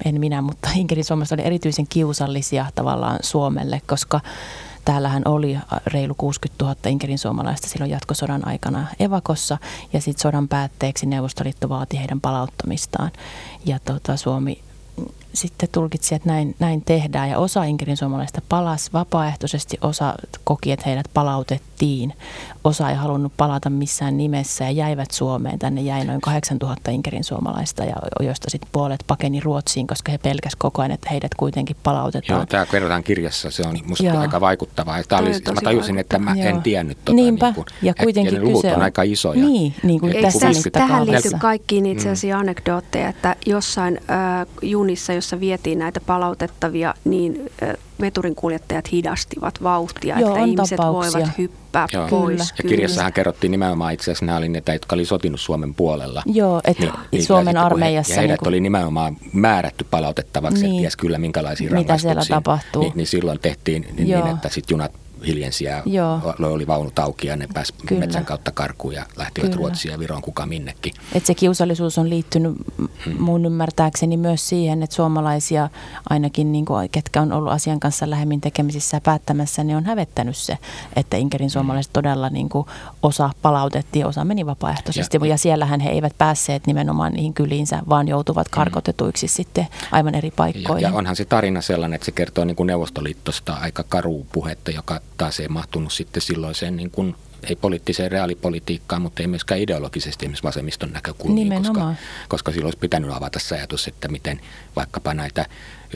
en minä, mutta inkerinsuomalaiset oli erityisen kiusallisia tavallaan Suomelle, koska täällähän oli reilu 60 000 inkerinsuomalaista silloin jatkosodan aikana evakossa ja sitten sodan päätteeksi Neuvostoliitto vaati heidän palauttamistaan ja Suomi sitten tulkitsi, että näin tehdään ja osa inkerinsuomalaisista palasi vapaaehtoisesti, osa koki, että heidät palautettiin. Osa ei halunnut palata missään nimessä ja jäivät Suomeen. Tänne jäi noin 8000 inkerinsuomalaista, joista sitten puolet pakeni Ruotsiin, koska he pelkäsivät koko ajan, että heidät kuitenkin palautetaan. Joo, tämä kerrotaan kirjassa, se on musta aika vaikuttavaa. Mä tajusin, että mä en tiennyt Niinpä, niin kuin, ja kuitenkin ne luvut on aika isoja. Niin kuin tässä tähän liittyy kaikkiin itse asiassa anekdootteja, että jossain junissa, jossa vietiin näitä palautettavia, niin veturinkuljettajat hidastivat vauhtia, että ihmiset voivat hyppää pois. Ja kirjassahan kerrottiin nimenomaan itse asiassa nämä oli ne, jotka oli sotinut Suomen puolella. Joo, että Suomen armeijassa. Ja heidät oli nimenomaan määrätty palautettavaksi, että ties kyllä minkälaisia rangaistuksia. Mitä siellä tapahtuu. Niin silloin tehtiin niin, että sitten junat hiljensi ja oli vaunut auki ja ne pääsi metsän kautta karkuun ja lähtivät Ruotsiin ja Viroon kuka minnekin. Että se kiusallisuus on liittynyt mun ymmärtääkseni myös siihen, että suomalaisia ainakin, niin kuin, ketkä on ollut asian kanssa lähemmin tekemisissä ja päättämässä, niin on hävettänyt se, että inkerinsuomalaiset todella niin kuin, osa palautettiin, osa meni vapaaehtoisesti. Ja siellähän he eivät päässeet nimenomaan niihin kyliinsä, vaan joutuvat karkotetuiksi sitten aivan eri paikkoihin. Ja onhan se tarina sellainen, että se kertoo niin kuin Neuvostoliitosta aika karua puhetta, joka taas ei mahtunut sitten silloiseen niin kuin, ei poliittiseen reaalipolitiikkaan, mutta ei myöskään ideologisesti esimerkiksi vasemmiston näkökulmiin, koska silloin olisi pitänyt avata se ajatus, että miten vaikkapa näitä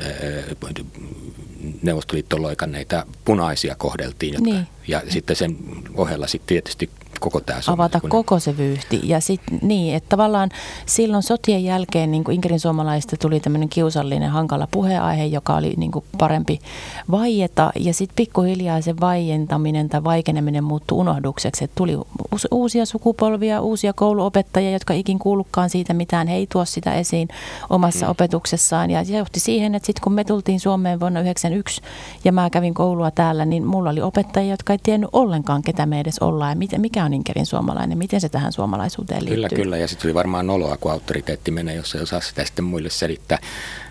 Neuvostoliiton loikanneita punaisia kohdeltiin. Ja sitten sen ohella sitten tietysti koko tämä avata koko se vyyhti. Ja sitten niin, että tavallaan silloin sotien jälkeen niin kuin inkerinsuomalaisista tuli tämmöinen kiusallinen, hankala puheenaihe, joka oli niin kuin parempi vaieta. Ja sitten pikkuhiljaa se vaientaminen tai vaikeneminen muuttui unohdukseksi. Että tuli uusia sukupolvia, uusia kouluopettajia, jotka ikin kuullutkaan siitä mitään. He ei tuo sitä esiin omassa opetuksessaan. Ja se johti siihen, että sitten kun me tultiin Suomeen vuonna 1991 ja mä kävin koulua täällä, niin mulla oli opettajia, jotka ei tiennyt ollenkaan, ketä me edes ollaan ja mikä on inkerinsuomalainen, miten se tähän suomalaisuuteen liittyy. Kyllä, ja sitten oli varmaan noloa, kun auktoriteetti menee, jos ei osaa sitä sitten muille selittää.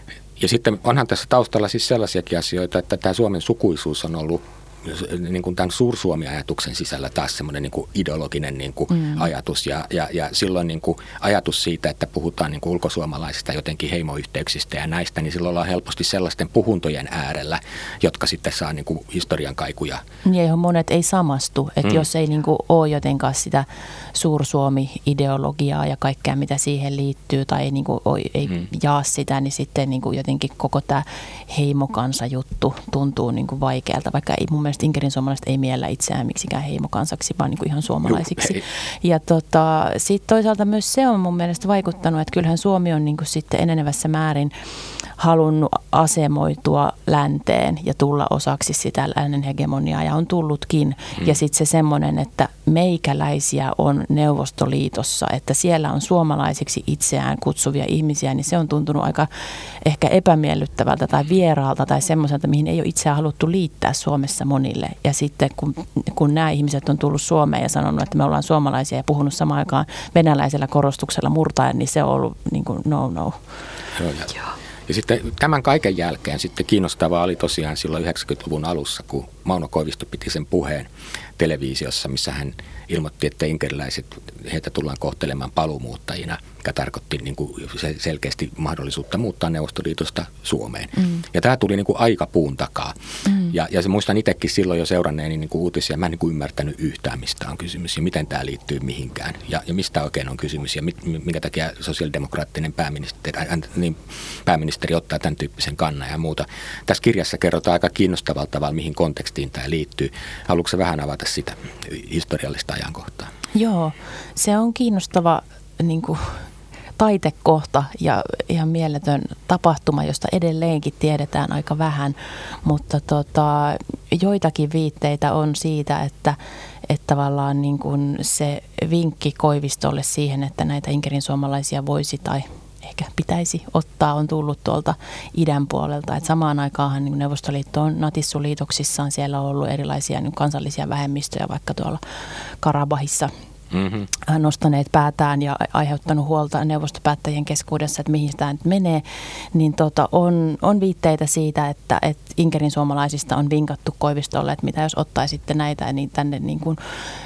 Ja sitten onhan tässä taustalla siis sellaisiakin asioita, että tämä Suomen sukuisuus on ollut niin kuin tämän Suur-Suomi-ajatuksen sisällä taas semmoinen niin kuin ideologinen niin kuin ajatus ja silloin niin kuin ajatus siitä, että puhutaan niin kuin ulkosuomalaisista jotenkin heimoyhteyksistä ja näistä, niin silloin ollaan helposti sellaisten puhuntojen äärellä, jotka sitten saa niin kuin historian kaikuja. Ja johon monet ei samastu, että jos ei niin kuin ole jotenkaan sitä Suur-Suomi-ideologiaa ja kaikkea, mitä siihen liittyy tai ei, niin kuin, ei jaa sitä, niin sitten niin kuin jotenkin koko tämä heimokansa-juttu tuntuu niin kuin vaikealta, vaikka ei mun mielestä inkerinsuomalaiset ei miellä itseään miksikään heimokansaksi, vaan niin kuin ihan suomalaisiksi. Ja sitten toisaalta myös se on mun mielestä vaikuttanut, että kyllähän Suomi on niin kuin sitten enenevässä määrin halunnut asemoitua länteen ja tulla osaksi sitä lännen hegemoniaa ja on tullutkin. Ja sitten se semmoinen, että meikäläisiä on Neuvostoliitossa, että siellä on suomalaisiksi itseään kutsuvia ihmisiä, niin se on tuntunut aika ehkä epämiellyttävältä tai vieraalta tai semmoiselta, mihin ei ole itseään haluttu liittää Suomessa monille. Ja sitten kun nämä ihmiset on tullut Suomeen ja sanonut, että me ollaan suomalaisia ja puhunut samaan aikaan venäläisellä korostuksella murtaen, niin se on ollut niin kuin no. Joo. Ja sitten tämän kaiken jälkeen sitten kiinnostavaa oli tosiaan silloin 90-luvun alussa, kun Mauno Koivisto piti sen puheen televisiossa, missä hän ilmoitti, että inkeriläiset, heitä tullaan kohtelemaan paluumuuttajina, mikä tarkoitti niin kuin selkeästi mahdollisuutta muuttaa Neuvostoliitosta Suomeen. Ja tämä tuli niin kuin aika puun takaa. Ja se muistan itsekin silloin jo seuranneeni niin kuin uutisia. Mä en niin kuin ymmärtänyt yhtään, mistä on kysymys ja miten tämä liittyy mihinkään. Ja mistä oikein on kysymys ja minkä takia sosiaalidemokraattinen pääministeri ottaa tämän tyyppisen kannan ja muuta. Tässä kirjassa kerrotaan aika kiinnostavalla tavalla, mihin kontekstiin tämä liittyy. Haluatko sä vähän avata sitä historiallista ajankohtaa? Joo, se on kiinnostava niin kuin taitekohta ja ihan mieletön tapahtuma, josta edelleenkin tiedetään aika vähän, mutta joitakin viitteitä on siitä, että tavallaan niin kuin se vinkki Koivistolle siihen, että näitä inkerinsuomalaisia voisi tai ehkä pitäisi ottaa, on tullut tuolta idän puolelta. Et samaan aikaan niin Neuvostoliitto on natissuliitoksissaan, siellä on ollut erilaisia niin kansallisia vähemmistöjä, vaikka tuolla Karabahissa nostaneet päätään ja aiheuttanut huolta neuvostopäättäjien keskuudessa, että mihin tämä nyt menee, niin on viitteitä siitä, että Inkerin suomalaisista on vinkattu Koivistolle, että mitä jos ottaisitte näitä, niin tänne niin kuin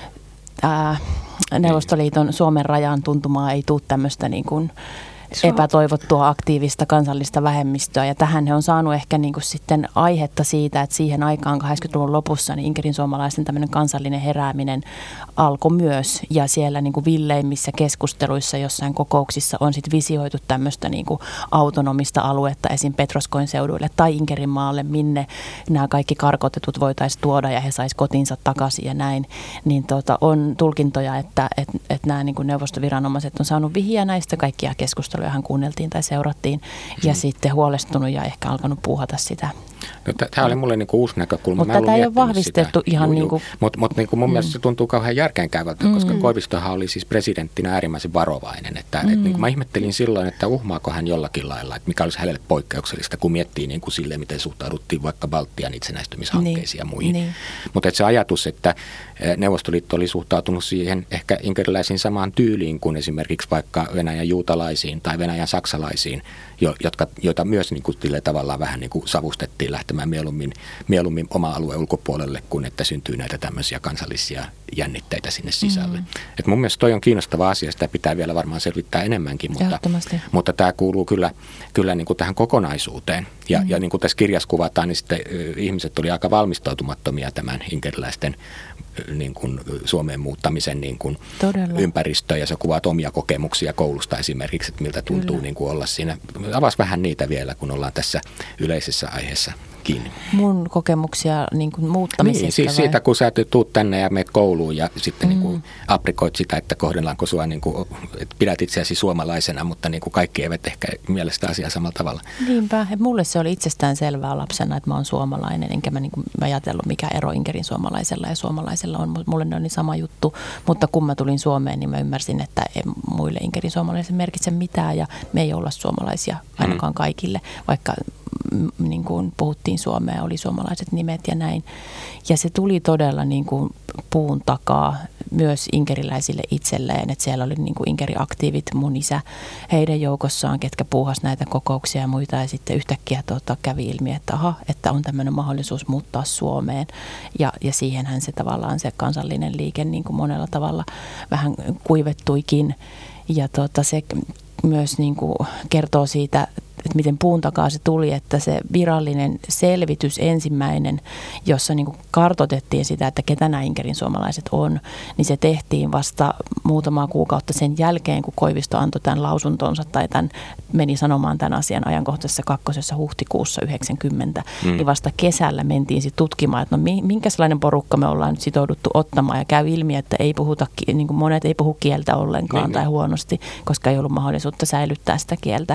Neuvostoliiton Suomen rajan tuntumaa ei tule tämmöistä niin kuin epätoivottua aktiivista kansallista vähemmistöä. Ja tähän he on saanut ehkä niin kuin sitten aihetta siitä, että siihen aikaan 80-luvun lopussa niin Inkerin suomalaisten tämmöinen kansallinen herääminen alkoi myös. Ja siellä niin kuin villeimmissä keskusteluissa jossain kokouksissa on sitten visioitu tämmöistä niin kuin autonomista aluetta esim. Petroskoin seuduille tai Inkerinmaalle, minne nämä kaikki karkotetut voitaisiin tuoda ja he sais kotinsa takaisin ja näin. Niin on tulkintoja, että nämä niin kuin neuvostoviranomaiset on saanut vihiä näistä kaikkia keskusteluja. Hän kuunneltiin tai seurattiin ja sitten huolestunut ja ehkä alkanut puuhata sitä. No, tämä oli mulle niinku uusi näkökulma. Mutta tätä ei ole vahvistettu sitä. Ihan niin kuin... Mutta niinku mun mielestä se tuntuu kauhean järkeenkäyvältä, koska Koivistohan oli siis presidenttinä äärimmäisen varovainen. Että niinku mä ihmettelin silloin, että uhmaako hän jollakin lailla, että mikä olisi hänelle poikkeuksellista, kun miettii niinku silleen, miten suhtauduttiin vaikka Baltian itsenäistymishankkeisiin ja muihin. Niin. Mutta se ajatus, että Neuvostoliitto oli suhtautunut siihen ehkä inkeriläisiin samaan tyyliin kuin esimerkiksi vaikka Venäjän juutalaisiin tai Venäjän saksalaisiin, joita myös niin kuin tavallaan vähän niin kuin savustettiin lähtemään mieluummin oma alueen ulkopuolelle, kuin että syntyy näitä tämmöisiä kansallisia jännitteitä sinne sisälle. Et mun mielestä toi on kiinnostava asia, sitä pitää vielä varmaan selvittää enemmänkin, mutta tämä kuuluu kyllä niin kuin tähän kokonaisuuteen. Ja niin kuin tässä kirjassa kuvataan, niin sitten ihmiset oli aika valmistautumattomia tämän inkeriläisten niin kuin Suomeen muuttamisen niin kuin ympäristöön, ja sä kuvaat omia kokemuksia koulusta esimerkiksi, että miltä tuntuu niin kuin olla siinä. Avasi vähän niitä vielä, kun ollaan tässä yleisessä aiheessa kiinni. Mun kokemuksia niin kuin muuttamisesta niin, siis siitä, kun sä tuut tänne ja meet kouluun ja sitten niin kuin aprikoit sitä, että kohdellaanko sua, niin kuin, että pidät itseäsi suomalaisena, mutta niin kuin kaikki eivät ehkä mielestä asiaa samalla tavalla. Niinpä, että mulle se oli itsestään selvää lapsena, että mä oon suomalainen, enkä mä niin kuin ajatellut, mikä ero Inkerin suomalaisella ja suomalaisella on. Mulle ne oli sama juttu, mutta kun mä tulin Suomeen, niin mä ymmärsin, että muille Inkerin suomalaisille merkitse mitään ja me ei olla suomalaisia ainakaan kaikille, vaikka niin kuin puhuttiin suomea, oli suomalaiset nimet ja näin. Ja se tuli todella niin kuin puun takaa myös inkeriläisille itselleen, että siellä oli niin kuin inkeriaktiivit, mun isä heidän joukossaan, ketkä puuhas näitä kokouksia ja muita, ja sitten yhtäkkiä kävi ilmi, että on tämmöinen mahdollisuus muuttaa Suomeen, ja siihenhän se tavallaan se kansallinen liike niin kuin monella tavalla vähän kuivettuikin, ja se myös niin kuin kertoo siitä, että miten puun takaa se tuli, että se virallinen selvitys ensimmäinen, jossa niin kuin kartoitettiin sitä, että ketä nämä Inkerin suomalaiset on, niin se tehtiin vasta muutamaa kuukautta sen jälkeen, kun Koivisto antoi tämän lausuntonsa tai meni sanomaan tämän asian ajankohtaisessa 2. huhtikuussa 90, niin vasta kesällä mentiin sitten tutkimaan, että no minkälainen porukka me ollaan nyt sitouduttu ottamaan, ja käy ilmi, että ei puhuta, niin kuin monet ei puhu kieltä ollenkaan tai huonosti, koska ei ollut mahdollisuutta säilyttää sitä kieltä.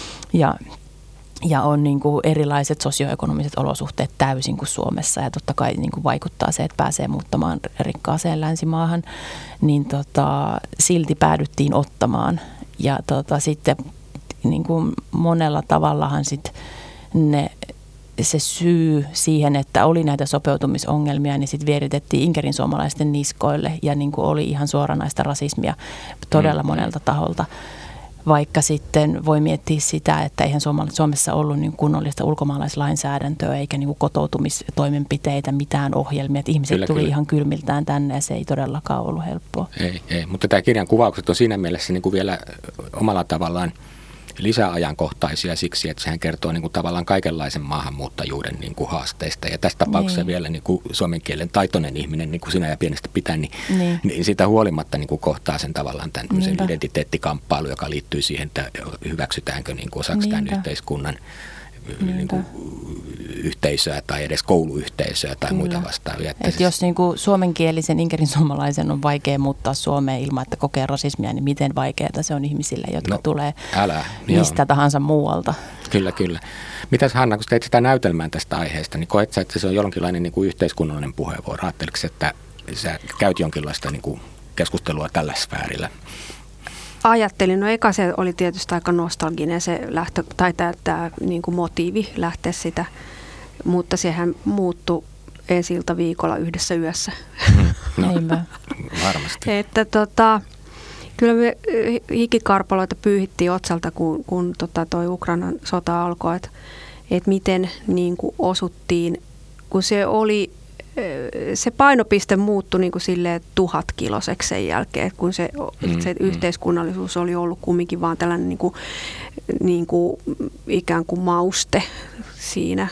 Ja on niin kuin erilaiset sosioekonomiset olosuhteet täysin kuin Suomessa, ja totta kai niin kuin vaikuttaa se, että pääsee muuttamaan rikkaaseen länsimaahan, niin silti päädyttiin ottamaan. Ja sitten niin kuin monella tavallahan sit se syy siihen, että oli näitä sopeutumisongelmia, niin sitten vieritettiin Inkerin suomalaisten niskoille, ja niin kuin oli ihan suoranaista rasismia todella monelta taholta. Vaikka sitten voi miettiä sitä, että eihän Suomessa ollut niin kunnollista ulkomaalaislainsäädäntöä eikä niin kuin kotoutumistoimenpiteitä, mitään ohjelmia. Että ihmiset tuli ihan kylmiltään tänne, ja se ei todellakaan ollut helppoa. Ei, mutta tämä kirjan kuvaukset on siinä mielessä niin kuin vielä omalla tavallaan lisäajankohtaisia siksi, että sehän kertoo niin kuin tavallaan kaikenlaisen maahanmuuttajuuden niin kuin haasteista. Ja tässä tapauksessa vielä niin kuin suomen kielen taitoinen ihminen, niin kuin sinä ja pienestä pitää, niin siitä huolimatta niin kuin kohtaa sen tavallaan tämän identiteettikamppailu, joka liittyy siihen, että hyväksytäänkö niin kuin osaksi tämän yhteiskunnan niin kuin yhteisöä tai edes kouluyhteisöä tai muita vastaavia. Että jos niin kuin suomenkielisen Inkerin suomalaisen on vaikea muuttaa Suomeen ilman, että kokee rasismia, niin miten vaikeaa se on ihmisille, jotka tulee mistä tahansa muualta. Kyllä. Mitäs Hanna, kun teit sitä näytelmää tästä aiheesta, niin koet sä, että se on jonkinlainen niin kuin yhteiskunnallinen puheenvuoro? Ajatteliko, että sä käyt jonkinlaista niin kuin keskustelua tällä sfäärillä? Ajattelin, no eka se oli tietysti aika nostalginen se lähtö, tai tämä niin kuin motiivi lähteä sitä, mutta sehän muuttui ensi-ilta viikolla yhdessä yössä. No, Niinpä. varmasti. Että kyllä me hikikarpaloita pyyhittiin otsalta, kun toi Ukrainan sota alkoi, että miten niin kuin osuttiin, kun se painopiste muuttui niin kuin silleen 1000-kiloseksi sen jälkeen, kun se yhteiskunnallisuus oli ollut kumminkin vaan tällainen niin kuin ikään kuin mauste siinä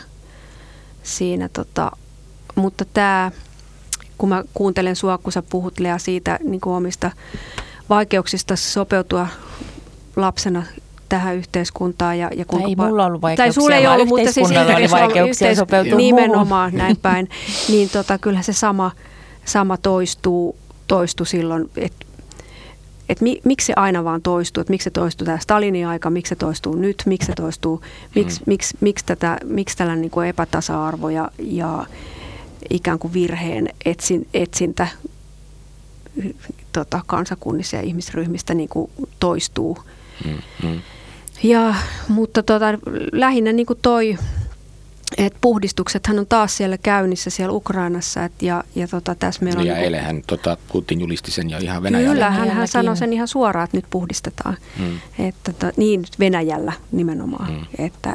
mutta tämä, kun mä kuuntelen sua, kun sä puhut Lea siitä niin kuin omista vaikeuksista sopeutua lapsena tähän yhteiskuntaan. Ja ei mulla ollut vaikeuksia, tai sulla ei ollut, mutta siis oli vaikeuksia sopeutua nimenomaan näin päin. Niin kyllähän se sama toistuu silloin, että miksi se aina vaan toistuu, että miksi se toistuu tämä Stalinin aika, miksi se toistuu nyt, miksi se toistuu, miksi tällainen niin kuin epätasa-arvo ja ikään kuin virheen etsintä kansakunnissa ja ihmisryhmistä niin kuin toistuu. Mutta lähinnä niin kuin että puhdistuksethan on taas siellä käynnissä siellä Ukrainassa. Tässä meillä on ja eilenhän Putin julisti sen jo ihan Venäjällä. Kyllä, hän sanoi sen ihan suoraan, että nyt puhdistetaan. Niin Venäjällä nimenomaan.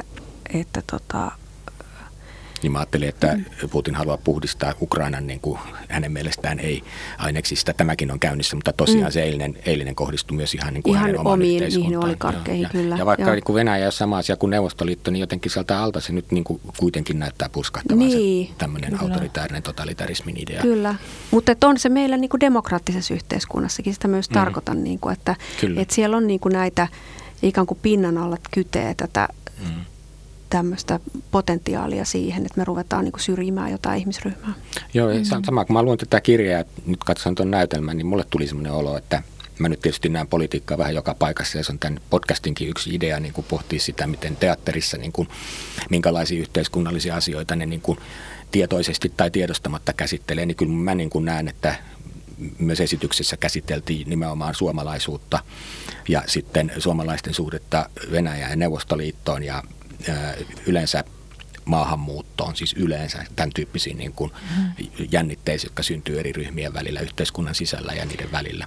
Niin mä ajattelin, että Putin haluaa puhdistaa Ukrainan niin kuin hänen mielestään ei aineksista. Tämäkin on käynnissä, mutta tosiaan se eilinen kohdistui myös ihan, niin kuin hänen oman yhteiskuntaan. Niihin oligarkkeihin, kyllä. Ja vaikka niin kuin Venäjä on sama asia kuin Neuvostoliitto, niin jotenkin sieltä alta se nyt niin kuin kuitenkin näyttää purskahtavan se tämmöinen autoritäärinen totalitarismin idea. Kyllä, mutta on se meillä niin kuin demokraattisessa yhteiskunnassakin. Sitä myös tarkoitan, niin kuin, että siellä on niin kuin näitä ikään kuin pinnan alla kytee tätä tämmöistä potentiaalia siihen, että me ruvetaan niin kuin syrjimään jotain ihmisryhmää. Joo, sama kun mä luin tätä kirjaa, nyt katson tuon näytelmän, niin mulle tuli semmoinen olo, että mä nyt tietysti näen politiikkaa vähän joka paikassa ja se on tämän podcastinkin yksi idea niin kuin pohtia sitä, miten teatterissa, niin kuin, minkälaisia yhteiskunnallisia asioita ne niin kuin tietoisesti tai tiedostamatta käsittelee, niin kyllä mä niin kuin näen, että myös esityksessä käsiteltiin nimenomaan suomalaisuutta ja sitten suomalaisten suhdetta Venäjään ja Neuvostoliittoon ja yleensä maahanmuuttoon, siis yleensä tämän tyyppisiin niin kuin jännitteisiin, jotka syntyy eri ryhmien välillä, yhteiskunnan sisällä ja niiden välillä.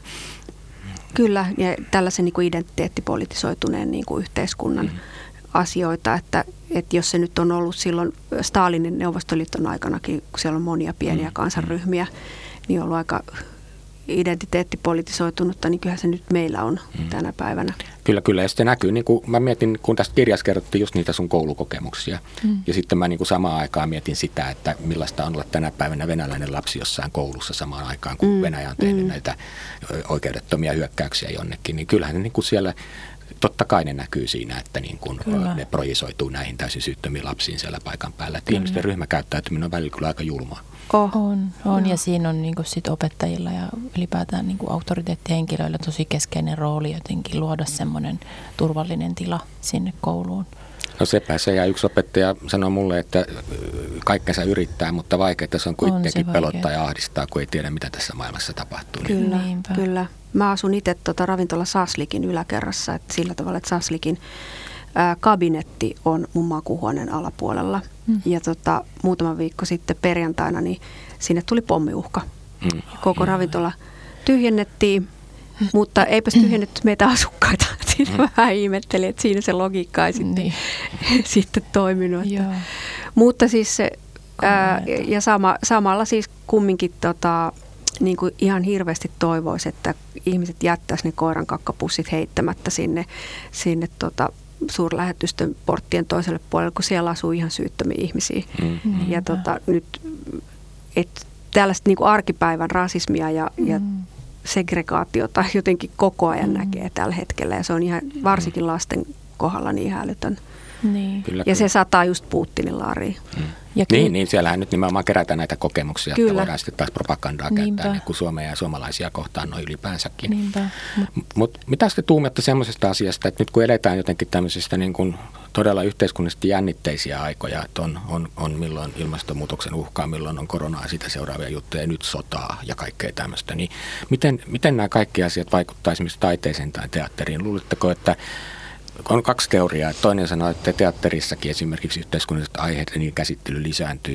Kyllä, ja tällaisen niin kuin identiteettipolitisoituneen niin kuin yhteiskunnan asioita, että jos se nyt on ollut silloin Stalinin Neuvostoliiton aikanakin, kun siellä on monia pieniä kansanryhmiä, niin on ollut aika identiteettipolitisoitunutta, niin kyllähän se nyt meillä on tänä päivänä. Kyllä, ja se näkyy, niin kuin mä mietin, kun tästä kirjassa kerrottiin just niitä sun koulukokemuksia, ja sitten mä niin kuin samaan aikaan mietin sitä, että millaista on olla tänä päivänä venäläinen lapsi jossain koulussa samaan aikaan, kun Venäjä on tehnyt näitä oikeudettomia hyökkäyksiä jonnekin, niin kyllähän ne niin kuin siellä, totta kai ne näkyy siinä, että niin kuin ne projisoituu näihin täysin syyttömiin lapsiin siellä paikan päällä, että ihmisten ryhmäkäyttäytyminen on välillä kyllä aika julmaa. On ja siinä on niin kuin sit opettajilla ja ylipäätään niin kuin auktoriteettihenkilöillä tosi keskeinen rooli jotenkin luoda semmoinen turvallinen tila sinne kouluun. No sepä se, ja yksi opettaja sanoi mulle, että kaikkensa yrittää, mutta vaikeaa se on, kun itsekin pelottaa ja ahdistaa, kun ei tiedä, mitä tässä maailmassa tapahtuu. Kyllä. Mä asun itse ravintola Saslikin yläkerrassa, että sillä tavalla, että Saslikin kabinetti on mun makuuhuoneen alapuolella. Ja muutama viikko sitten perjantaina niin sinne tuli pommiuhka. Koko ravintola tyhjennettiin, mutta eipäs tyhjennetty meitä asukkaita. Siinä vähän ihmettelin, että siinä se logiikka ei sitten toiminut. Mutta siis ja samalla siis kumminkin niin kuin ihan hirveästi toivoisi, että ihmiset jättäisi ne koiran kakkapussit heittämättä sinne suurlähetystön porttien toiselle puolelle, kun siellä asuu ihan syyttömiä ihmisiä. Ja nyt tällaista niin kuin arkipäivän rasismia ja segregaatiota jotenkin koko ajan näkee tällä hetkellä. Ja se on ihan varsinkin lasten kohdalla niin hälytön. Niin. Ja se sataa just Putinin laariin. Niin, siellähän nyt nimenomaan kerätään näitä kokemuksia, että voidaan sitten taas propagandaa käyttää niin kuin Suomea ja suomalaisia kohtaan noin ylipäänsäkin. Mutta mitä sitten tuumatte semmoisesta asiasta, että nyt kun eletään jotenkin tämmöisistä niin kuin todella yhteiskunnallisesti jännitteisiä aikoja, että on milloin ilmastonmuutoksen uhkaa, milloin on koronaa, sitä seuraavia juttuja, ja nyt sotaa ja kaikkea tämmöistä, niin miten nämä kaikki asiat vaikuttavat esimerkiksi taiteeseen tai teatteriin? Luuletteko, että on kaksi teoriaa. Toinen sanoo, että teatterissakin esimerkiksi yhteiskunnalliset aiheet ja niiden käsittely lisääntyy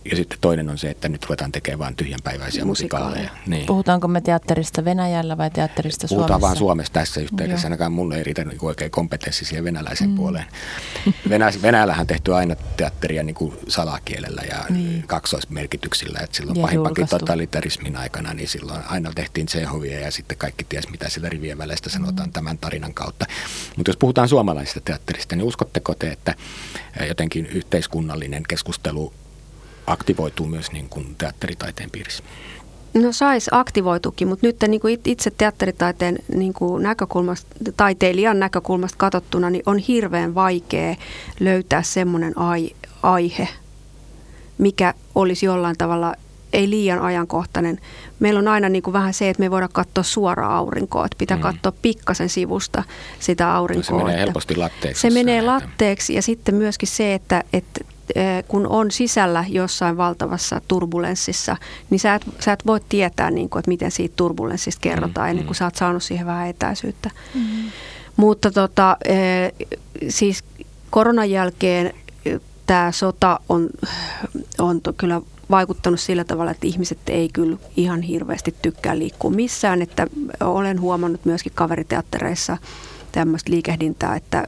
Ja sitten toinen on se, että nyt ruvetaan tekemään vain tyhjänpäiväisiä musikaaleja. Niin. Puhutaanko me teatterista Venäjällä vai teatterista Suomessa? Puhutaan vaan Suomessa tässä yhteydessä. Ainakaan mulle ei riitä oikein kompetenssi siihen venäläisen puoleen. Venäjällähän on tehty aina teatteria niin kuin salakielellä ja kaksoismerkityksillä. Että silloin pahimpankin totalitarismin aikana, niin silloin aina tehtiin Tšekhovia ja sitten kaikki ties, mitä sillä rivien väleistä sanotaan tämän tarinan kautta. Mutta jos puhutaan suomalaisesta teatterista, niin uskotteko te, että jotenkin yhteiskunnallinen keskustelu aktivoituu myös niin kuin teatteritaiteen piirissä? No saisi aktivoitukin, mutta nyt niin kuin itse teatteritaiteen niin kuin taiteilijan näkökulmasta katsottuna, niin on hirveän vaikea löytää semmoinen aihe, mikä olisi jollain tavalla ei liian ajankohtainen. Meillä on aina niin kuin vähän se, että me ei voida katsoa suoraan aurinkoa, että pitää katsoa pikkasen sivusta sitä aurinkoa. No se menee helposti latteeksi. Se menee latteeksi ja sitten myöskin se, että kun on sisällä jossain valtavassa turbulenssissa, niin sä et voi tietää, niin kuin, että miten siitä turbulenssista kerrotaan ennen kuin sä oot saanut siihen vähän etäisyyttä. Mutta siis koronan jälkeen tämä sota on kyllä vaikuttanut sillä tavalla, että ihmiset ei kyllä ihan hirveästi tykkää liikkua missään. Että olen huomannut myöskin kaveriteattereissa tämmöistä liikehdintää, että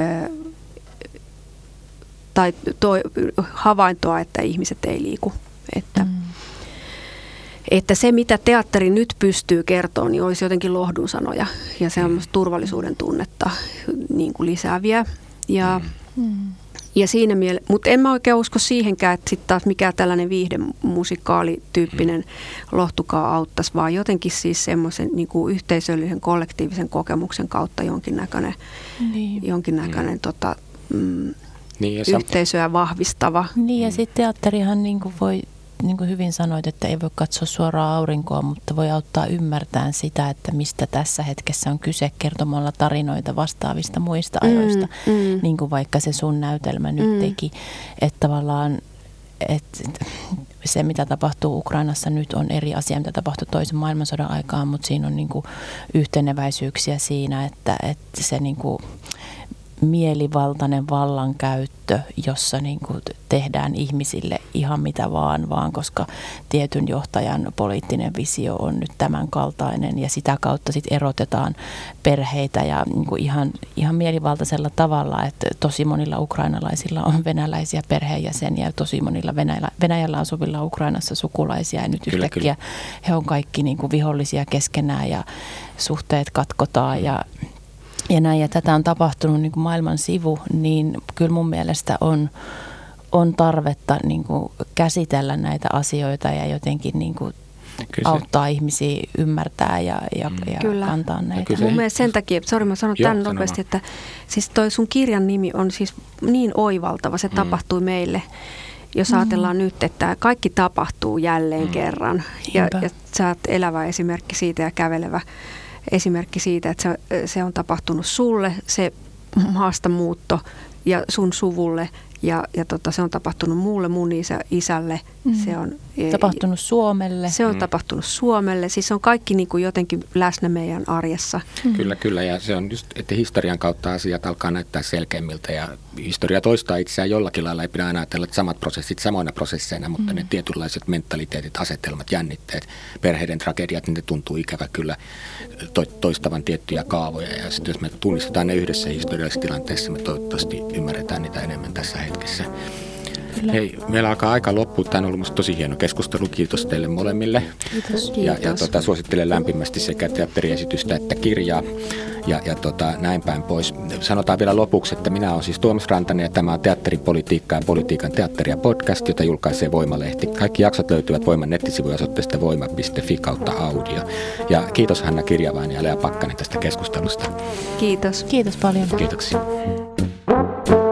havaintoa, että ihmiset ei liiku. Että se, mitä teatteri nyt pystyy kertomaan, niin olisi jotenkin lohdunsanoja ja semmoista turvallisuuden tunnetta niin kuin lisääviä. Ja siinä mutta en mä oikein usko siihenkään, että sitten taas mikään tällainen viihdemusikaalityyppinen lohtukaa auttaisi, vaan jotenkin siis semmoisen niin kuin yhteisöllisen kollektiivisen kokemuksen kautta jonkinnäköinen yhteisöä vahvistava. Niin ja sitten teatterihan niin kuin voi, niin kuin hyvin sanoit, että ei voi katsoa suoraan aurinkoa, mutta voi auttaa ymmärtämään sitä, että mistä tässä hetkessä on kyse kertomalla tarinoita vastaavista muista ajoista, niin kuin vaikka se sun näytelmä nyt teki. Että tavallaan se, mitä tapahtuu Ukrainassa nyt, on eri asia, mitä tapahtui toisen maailmansodan aikaan, mutta siinä on niin kuin yhteneväisyyksiä siinä, että se niin kuin mielivaltainen vallankäyttö, jossa niin kuin tehdään ihmisille ihan mitä vaan koska tietyn johtajan poliittinen visio on nyt tämän kaltainen ja sitä kautta sit erotetaan perheitä ja niin kuin ihan mielivaltaisella tavalla, että tosi monilla ukrainalaisilla on venäläisiä perheenjäseniä ja tosi monilla Venäjällä asuvilla Ukrainassa sukulaisia ja nyt yhtäkkiä he on kaikki niin kuin vihollisia keskenään ja suhteet katkotaan ja näin, ja tätä on tapahtunut niin kuin maailman sivu, niin kyllä mun mielestä on tarvetta niin kuin käsitellä näitä asioita ja jotenkin niin kuin auttaa ihmisiä ymmärtää ja kantaa näitä. Mun mielestä sen takia, mä sanon tämän nopeasti, että siis toi sun kirjan nimi on siis niin oivaltava, se tapahtui meille. Jos ajatellaan nyt, että kaikki tapahtuu jälleen kerran ja sä oot elävä esimerkki siitä ja kävelevä esimerkki siitä, että se on tapahtunut sulle, se maastamuutto ja sun suvulle ja se on tapahtunut muulle, mun isälle. Se on tapahtunut Suomelle. Se on tapahtunut Suomelle. Siis on kaikki niin kuin jotenkin läsnä meidän arjessa. Kyllä. Ja se on just, että historian kautta asiat alkaa näyttää selkeimmiltä. Ja historia toistaa itseään jollakin lailla. Ei pidä aina ajatella, että samat prosessit samoina prosesseina, mutta ne tietynlaiset mentaliteetit, asetelmat, jännitteet, perheiden tragediat, niin ne tuntuu ikävä kyllä toistavan tiettyjä kaavoja. Ja sitten jos me tunnistetaan ne yhdessä historiallisessa tilanteessa, me toivottavasti ymmärretään niitä enemmän tässä hetkessä. Kyllä. Hei, meillä alkaa aika loppua. Tämä on ollut musta tosi hieno keskustelu. Kiitos teille molemmille. Kiitos. Ja suosittelen lämpimästi sekä teatteriesitystä että kirjaa ja näin päin pois. Sanotaan vielä lopuksi, että minä olen siis Tuomas Rantanen ja tämä on Teatteripolitiikka ja politiikan teatteria podcast, jota julkaisee Voimalehti. Kaikki jaksot löytyvät Voiman nettisivuosoitteesta voima.fi/audio. Ja kiitos Hanna Kirjavainen ja Lea Pakkanen tästä keskustelusta. Kiitos. Kiitos paljon. Kiitoksia.